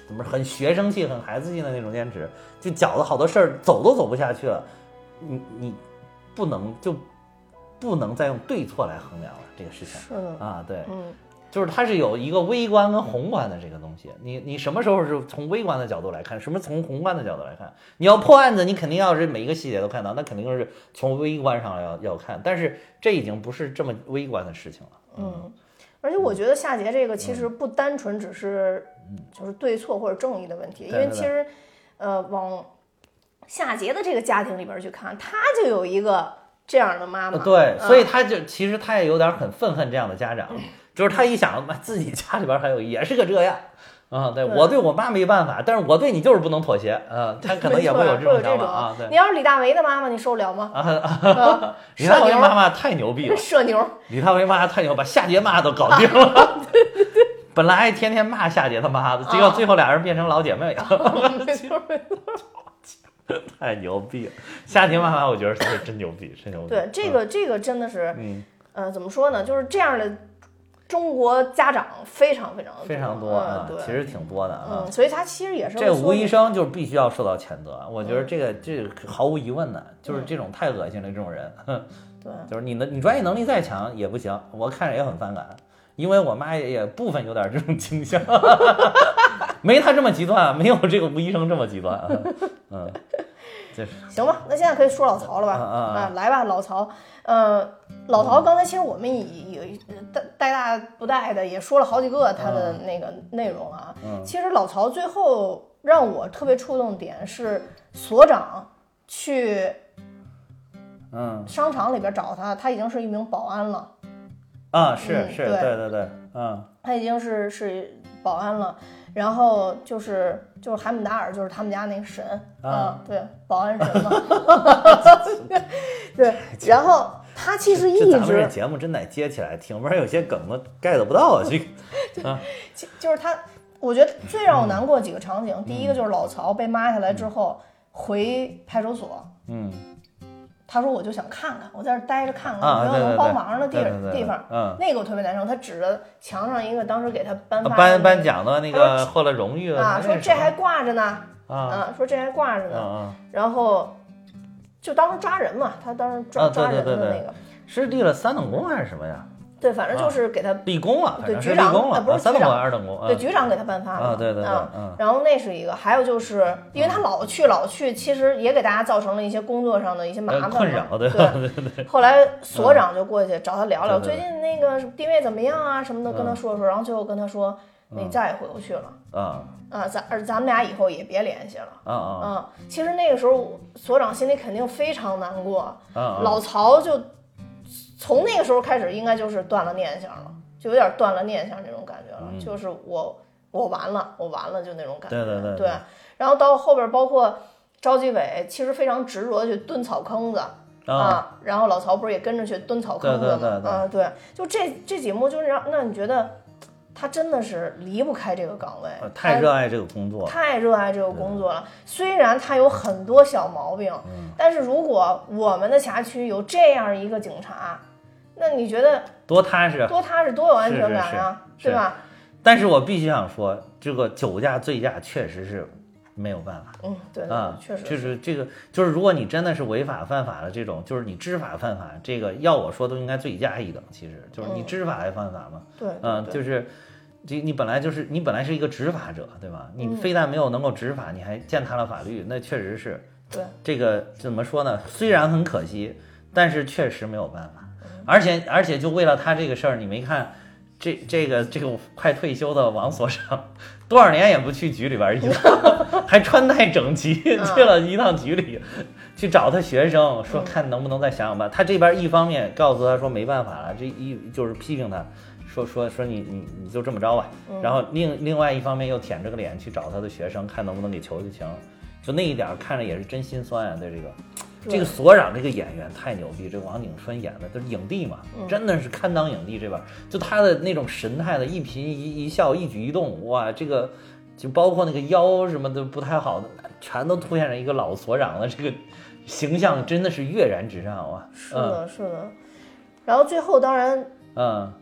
怎么很学生气、很孩子气的那种坚持，就搅得好多事儿走都走不下去了。你不能再用对错来衡量了这个事情。 是的啊，对，就是它是有一个微观跟宏观的这个东西。你什么时候是从微观的角度来看，什么从宏观的角度来看？你要破案子，你肯定要是每一个细节都看到，那肯定是从微观上要看。但是这已经不是这么微观的事情了。 而且我觉得夏桀这个其实不单纯只是就是对错或者正义的问题，因为其实往夏桀的这个家庭里边去看，他就有一个这样的妈妈。 对，所以他就其实他也有点很愤恨这样的家长，就是他一想自己家里边还有也是个这样。对，我对我妈没办法，但是我对你就是不能妥协。他可能也会有这种想法啊。对， 你要是李大为的妈妈，你受得了吗？ 李大为妈妈太牛逼了， 社牛。 李大为妈妈太牛，把夏桀妈都搞定了。对，本来还天天骂夏桀他妈的，结果最后俩人变成老姐妹了。没错。太牛逼了，夏桀妈妈我觉得是真牛逼，真牛逼。 对，这个真的是，怎么说呢？就是这样的。中国家长非常多啊，其实挺多的啊， 所以他其实也是这吴医生就是必须要受到谴责。我觉得这个毫无疑问的，就是这种太恶心了，这种人， 对， 就是你专业能力再强也不行，我看着也很反感，因为我妈也部分有点这种倾向，没他这么极端，没有这个吴医生这么极端啊， 行吧，那现在可以说老曹了吧？来吧，老曹。老曹刚才其实我们也带大不带的也说了好几个他的那个内容啊。其实老曹最后让我特别触动点是所长去商场里边找他，他已经是一名保安了。 是，对， 他已经是保安了。然后就是海姆达尔，就是他们家那个神对，保安神嘛。对，然后他其实一直咱们这节目真得接起来听，不然有些梗子 get 不到啊。这个就是他，我觉得最让我难过几个场景，第一个就是老曹被抹下来之后回派出所，他说我就想看看，我在这待着看看，有没有能帮忙的地方。那个我特别难受。他指着墙上一个当时给他颁奖的那个获了荣誉说这还挂着呢说这还挂着呢。然后就当时抓人嘛，他当时抓人的那个是立了3等功还是什么呀？ 对，反正就是给他立功了， 对，局长不是 3等功2等功， 对，局长给他颁发的对， 然后那是一个，还有就是因为他老去，其实也给大家造成了一些工作上的一些麻烦困扰，对。 后来所长就过去找他聊聊，最近那个地位怎么样啊什么的，跟他说，然后最后跟他说，你再也回不去了咱们俩以后也别联系了其实那个时候所长心里肯定非常难过老曹就。从那个时候开始，应该就是断了念想了，就有点断了念想这种感觉了，就是我完了就那种感觉。对。然后到后边，包括赵继伟，其实非常执着的去蹲草坑子然后老曹不是也跟着去蹲草坑子吗？对，就这几幕，就是让你觉得他真的是离不开这个岗位， 太热爱这个工作， 太热爱这个工作了。虽然他有很多小毛病，但是如果我们的辖区有这样一个警察。那你觉得多踏实多有安全感啊，对吧？ 但是我必须想说，这个酒驾醉驾确实是没有办法。 对确实就是这个，就是如果你真的是违法犯法的这种，就是你知法犯法，这个要我说都应该罪加一等。其实就是你知法还犯法嘛。 对， 就是你本来是一个执法者，对吧？你非但没有能够执法，你还践踏了法律，那确实是对这个怎么说呢？虽然很可惜，但是确实没有办法。而且就为了他这个事儿，你没看这个快退休的王所长，多少年也不去局里边一趟，还穿戴整齐去了一趟局里，去找他学生说看能不能再想想办法。他这边一方面告诉他说没办法了，就是批评他，说你就这么着吧。然后另外一方面又舔着个脸去找他的学生，看能不能给求情。就那一点看着也是真心酸啊，对这个所长这个演员太牛逼，这个王景春演的都是影帝嘛，真的是堪当影帝。这边就他的那种神态的一颦一笑一举一动，哇，这个就包括那个腰什么的不太好的，全都凸显了一个老所长的这个形象，真的是跃然纸上哇。 是的。然后最后当然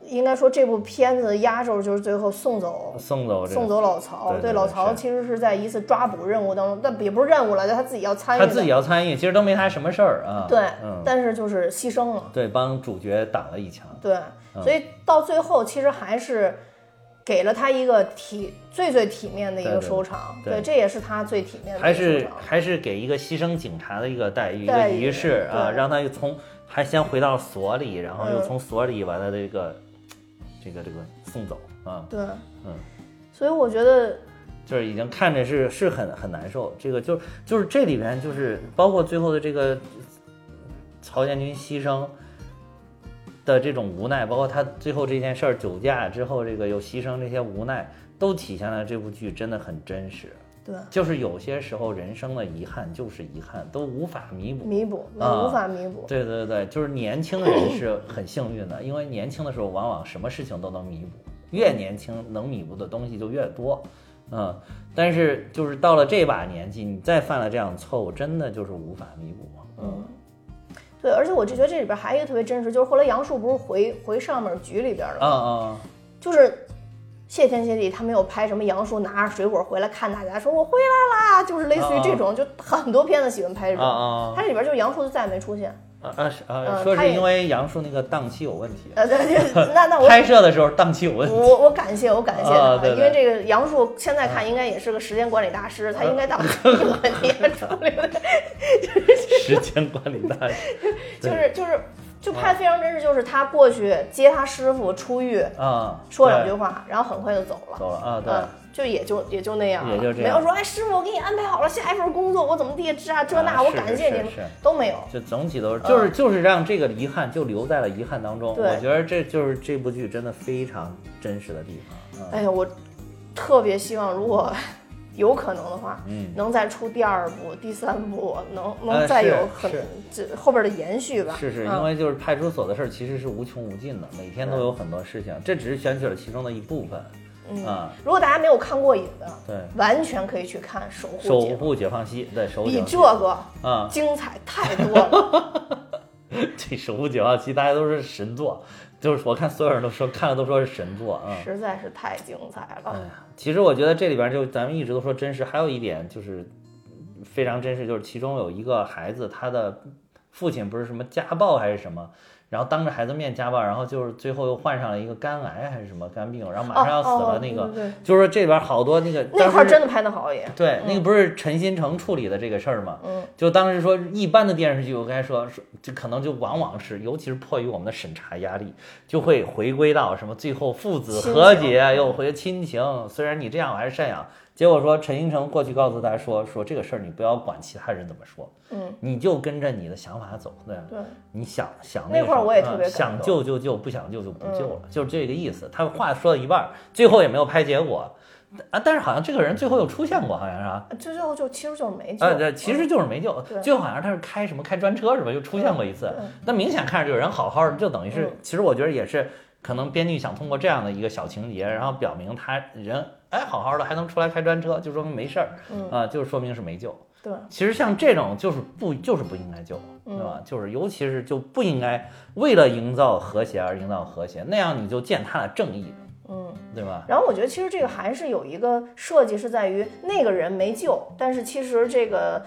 应该说这部片子的压轴就是最后送走老曹。对，老曹其实是在一次抓捕任务当中，但也不是任务了，他自己要参与。 他自己要参与，其实都没他什么事儿啊。 对，但是就是牺牲了。 对，帮主角挡了一枪。 对，所以到最后其实还是给了他一个最体面的一个收场。对，这也是他最体面的一个收场。 还是给一个牺牲警察的一个待遇，一个仪式啊，让他还先回到所里，然后又从所里把他这个送走啊。 对，所以我觉得就是已经看着是很难受。这个就是这里边就是包括最后的这个曹建军牺牲的这种无奈，包括他最后这件事儿酒驾之后这个又牺牲，这些无奈都体现了这部剧真的很真实。 对， 就是有些时候人生的遗憾就是遗憾，都无法弥补， 无法弥补。 对对对，就是年轻人是很幸运的，因为年轻的时候往往什么事情都能弥补，越年轻能弥补的东西就越多。但是就是到了这把年纪，你再犯了这样错误，真的就是无法弥补。 对，而且我就觉得这里边还有一个特别真实，就是后来杨树不是回上面局里边了吗？就是谢天谢地，他没有拍什么杨树拿着水果回来看大家说我回来啦，就是类似于这种，就很多片子喜欢拍这种。他这里边就是杨树就再也没出现。 说是因为杨树那个档期有问题。 那我拍摄的时候档期有问题。 我感谢他，因为这个杨树现在看应该也是个时间管理大师，他应该档期有问题处理的。 时间管理大师。 就拍非常真实，就是他过去接他师傅出狱说两句话，然后很快就走了。对。就也就那样，没有说师傅我给你安排好了下一份工作，我怎么地这那我感谢你们，都没有。 就总体都是就是让这个遗憾就留在了遗憾当中。我觉得这就是这部剧真的非常真实的地方。 哎呀，我特别希望如果有可能的话，能再出第2部、第3部，能再有后边的延续吧。 是因为就是派出所的事其实是无穷无尽的，每天都有很多事情，这只是选取了其中的一部分。 如果大家没有看过瘾的， 对， 完全可以去看守护解放西，对， 比这个精彩太多了。 这守护解放西大家都是神作，就是我看所有人都说看了都说是神作实在是太精彩了。 其实我觉得这里边就咱们一直都说真实，还有一点就是非常真实，就是其中有一个孩子，他的父亲不是什么家暴还是什么，然后当着孩子面家暴，然后就是最后又患上了一个肝癌还是什么肝病，然后马上要死了那个，就是说这里边好多那块真的拍得好也。 对，那个不是陈新成处理的这个事儿吗？就当时说一般的电视剧，我刚才说就可能就往往是，尤其是迫于我们的审查压力，就会回归到什么最后父子和解又回亲情，虽然你这样我还是赡养。结果说陈新成过去告诉他说这个事儿你不要管其他人怎么说，你就跟着你的想法走。对，你想那块我也特别想救就救，不想救就不救了，就是这个意思。他话说到一半，最后也没有拍结果但是好像这个人最后又出现过，好像是啊， 最后其实就是没救其实就是没救。最后好像他是开专车是吧？又出现过一次。那明显看着这个人好好的，就等于是其实我觉得也是可能编剧想通过这样的一个小情节，然后表明他人好好的还能出来开专车，就说明没事儿就是说明是没救。 对， 其实像这种就是不应该救，对吧？就是尤其是就不应该为了营造和谐而营造和谐，那样你就践踏了正义，对吧？ 然后我觉得其实这个还是有一个设计是在于那个人没救，但是其实这个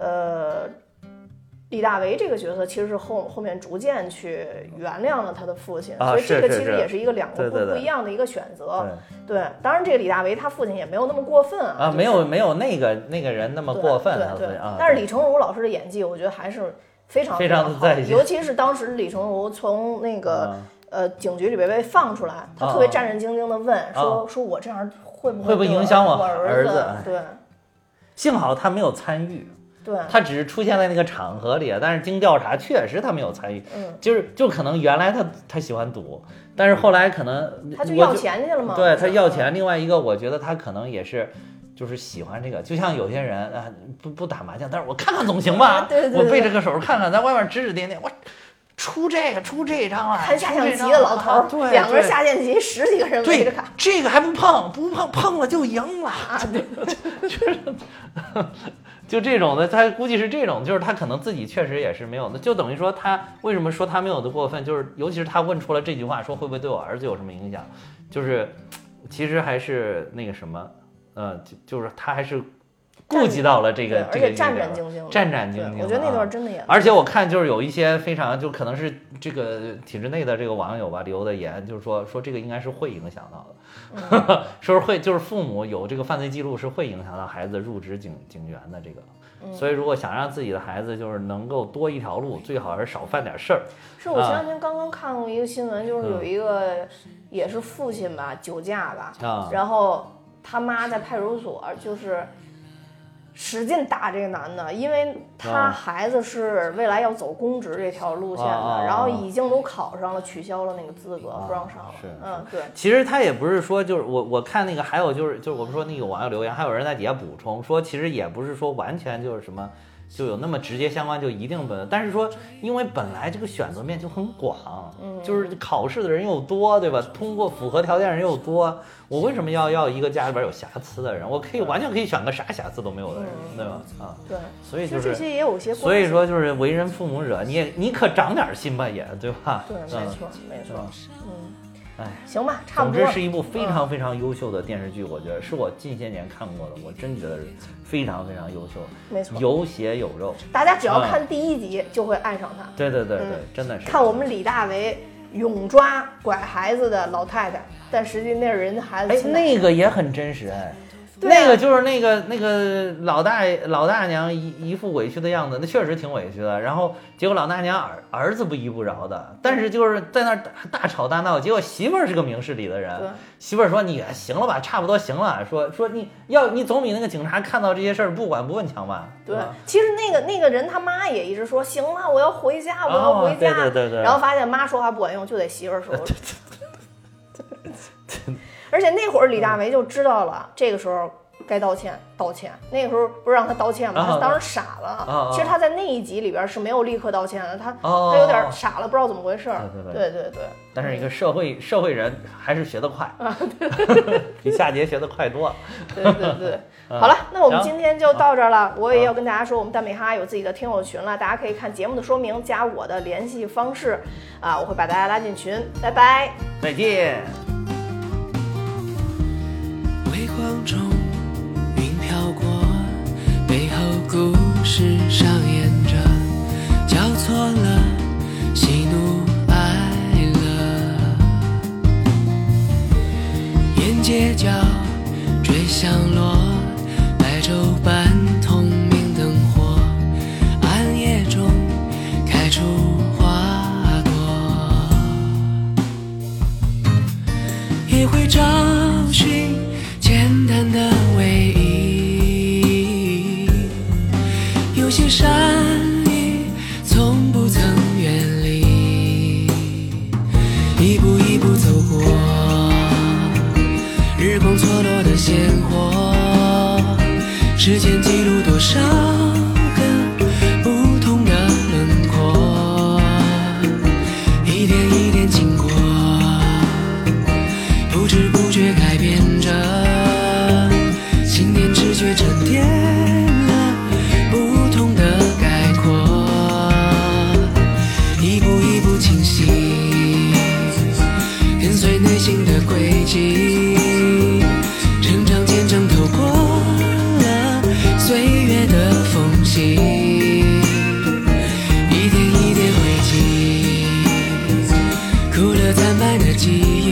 李大为这个角色其实是后面逐渐去原谅了他的父亲，所以这个其实也是一个两个不一样的一个选择。对，当然这个李大为他父亲也没有那么过分没有那个人那么过分。 对，但是李成儒老师的演技，我觉得还是非常非常在线， 尤其是当时李成儒从那个警局里边被放出来，他特别战战兢兢的问说我这样会不会影响我儿子？对， 幸好他没有参与。 对， 他只是出现在那个场合里，但是经调查确实他没有参与，就可能原来他喜欢赌，但是后来可能他就要钱去了嘛。 对，他要钱。另外一个，我觉得他可能也是就是喜欢这个，就像有些人不打麻将，但是我看看总行吧，我背着个手看看，在外面指指点点，我出这张啊， 看下象棋的老头， 对， 两个人下象棋10几个人围着看， 这个还不碰了就赢了， 就这种的，他估计是这种，就是他可能自己确实也是没有的，就等于说他为什么说他没有的过分，就是尤其是他问出了这句话，说会不会对我儿子有什么影响，就是其实还是那个什么，就是他还是顾及到了这个， 而且战战兢兢， 战战兢兢。 我觉得那段真的也， 而且我看就是有一些非常就可能是这个体制内的这个网友吧留的言，就是说这个应该是会影响到的，说是会就是父母有这个犯罪记录是会影响到孩子入职警员的这个，所以如果想让自己的孩子就是能够多一条路，最好是少犯点事儿。 是我前两天刚刚看过一个新闻，就是有一个也是父亲吧酒驾吧，然后他妈在派出所就是使劲打这个男的，因为他孩子是未来要走公职这条路线的，然后已经都考上了，取消了那个资格，不让上了。 是， 对。 其实他也不是说就是我看那个还有就是我们说那个网友留言，还有人在底下补充说，其实也不是说完全就是什么就有那么直接相关就一定本，但是说因为本来这个选择面就很广，就是考试的人又多，对吧？通过符合条件人又多，我为什么要一个家里边有瑕疵的人？我可以完全可以选个啥瑕疵都没有的人，对吧？ 对， 所以就是这些也有些关系， 所以说就是为人父母者，你可长点心吧也，对吧？ 对，没错，哎，行吧，差不多。 总之是一部非常非常优秀的电视剧，我觉得是我近些年看过的，我真觉得是非常非常优秀， 没错， 有血有肉。 大家只要看第一集就会爱上他。 对，真的是。 看我们李大为勇抓拐孩子的老太太，但实际那是人家孩子。 哎，那个也很真实哎。那个就是那个老大娘一副委屈的样子，那确实挺委屈的。然后结果老大娘儿子不依不饶的，但是就是在那大吵大闹。结果媳妇儿是个明事理的人，媳妇儿说你行了吧，差不多行了。说你总比那个警察看到这些事儿不管不问强吧？ 对，其实那个人他妈也一直说行了，我要回家，我要回家。 对。 然后发现妈说话不管用，就得媳妇儿说。而且那会儿李大为就知道了，这个时候该道歉。那个时候不是让他道歉吗？他当时傻了。其实他在那一集里边是没有立刻道歉的，他有点傻了，不知道怎么回事。对。 但是一个社会人还是学得快，比夏杰学得快多。 对。好了，那我们今天就到这儿了。我也要跟大家说，我们耽美哈有自己的听友群了，大家可以看节目的说明，加我的联系方式我会把大家拉进群。拜拜， 再见。 微光中云飘过，背后故事上演着，交错了喜怒哀乐，沿街角追响落，白昼般通明灯火，暗夜中开出花朵，也会找寻简单的唯一，有些善意从不曾远离，一步一步走过日光错落的鲜活，时间记录多少个不同的轮廓，一点一点经过，不知不觉改变着，心念直觉沉淀了不同的概括，一步一步清晰，跟随内心的轨迹，成长见证透过了岁月的缝隙，一点一点汇集，哭了惨白的记忆。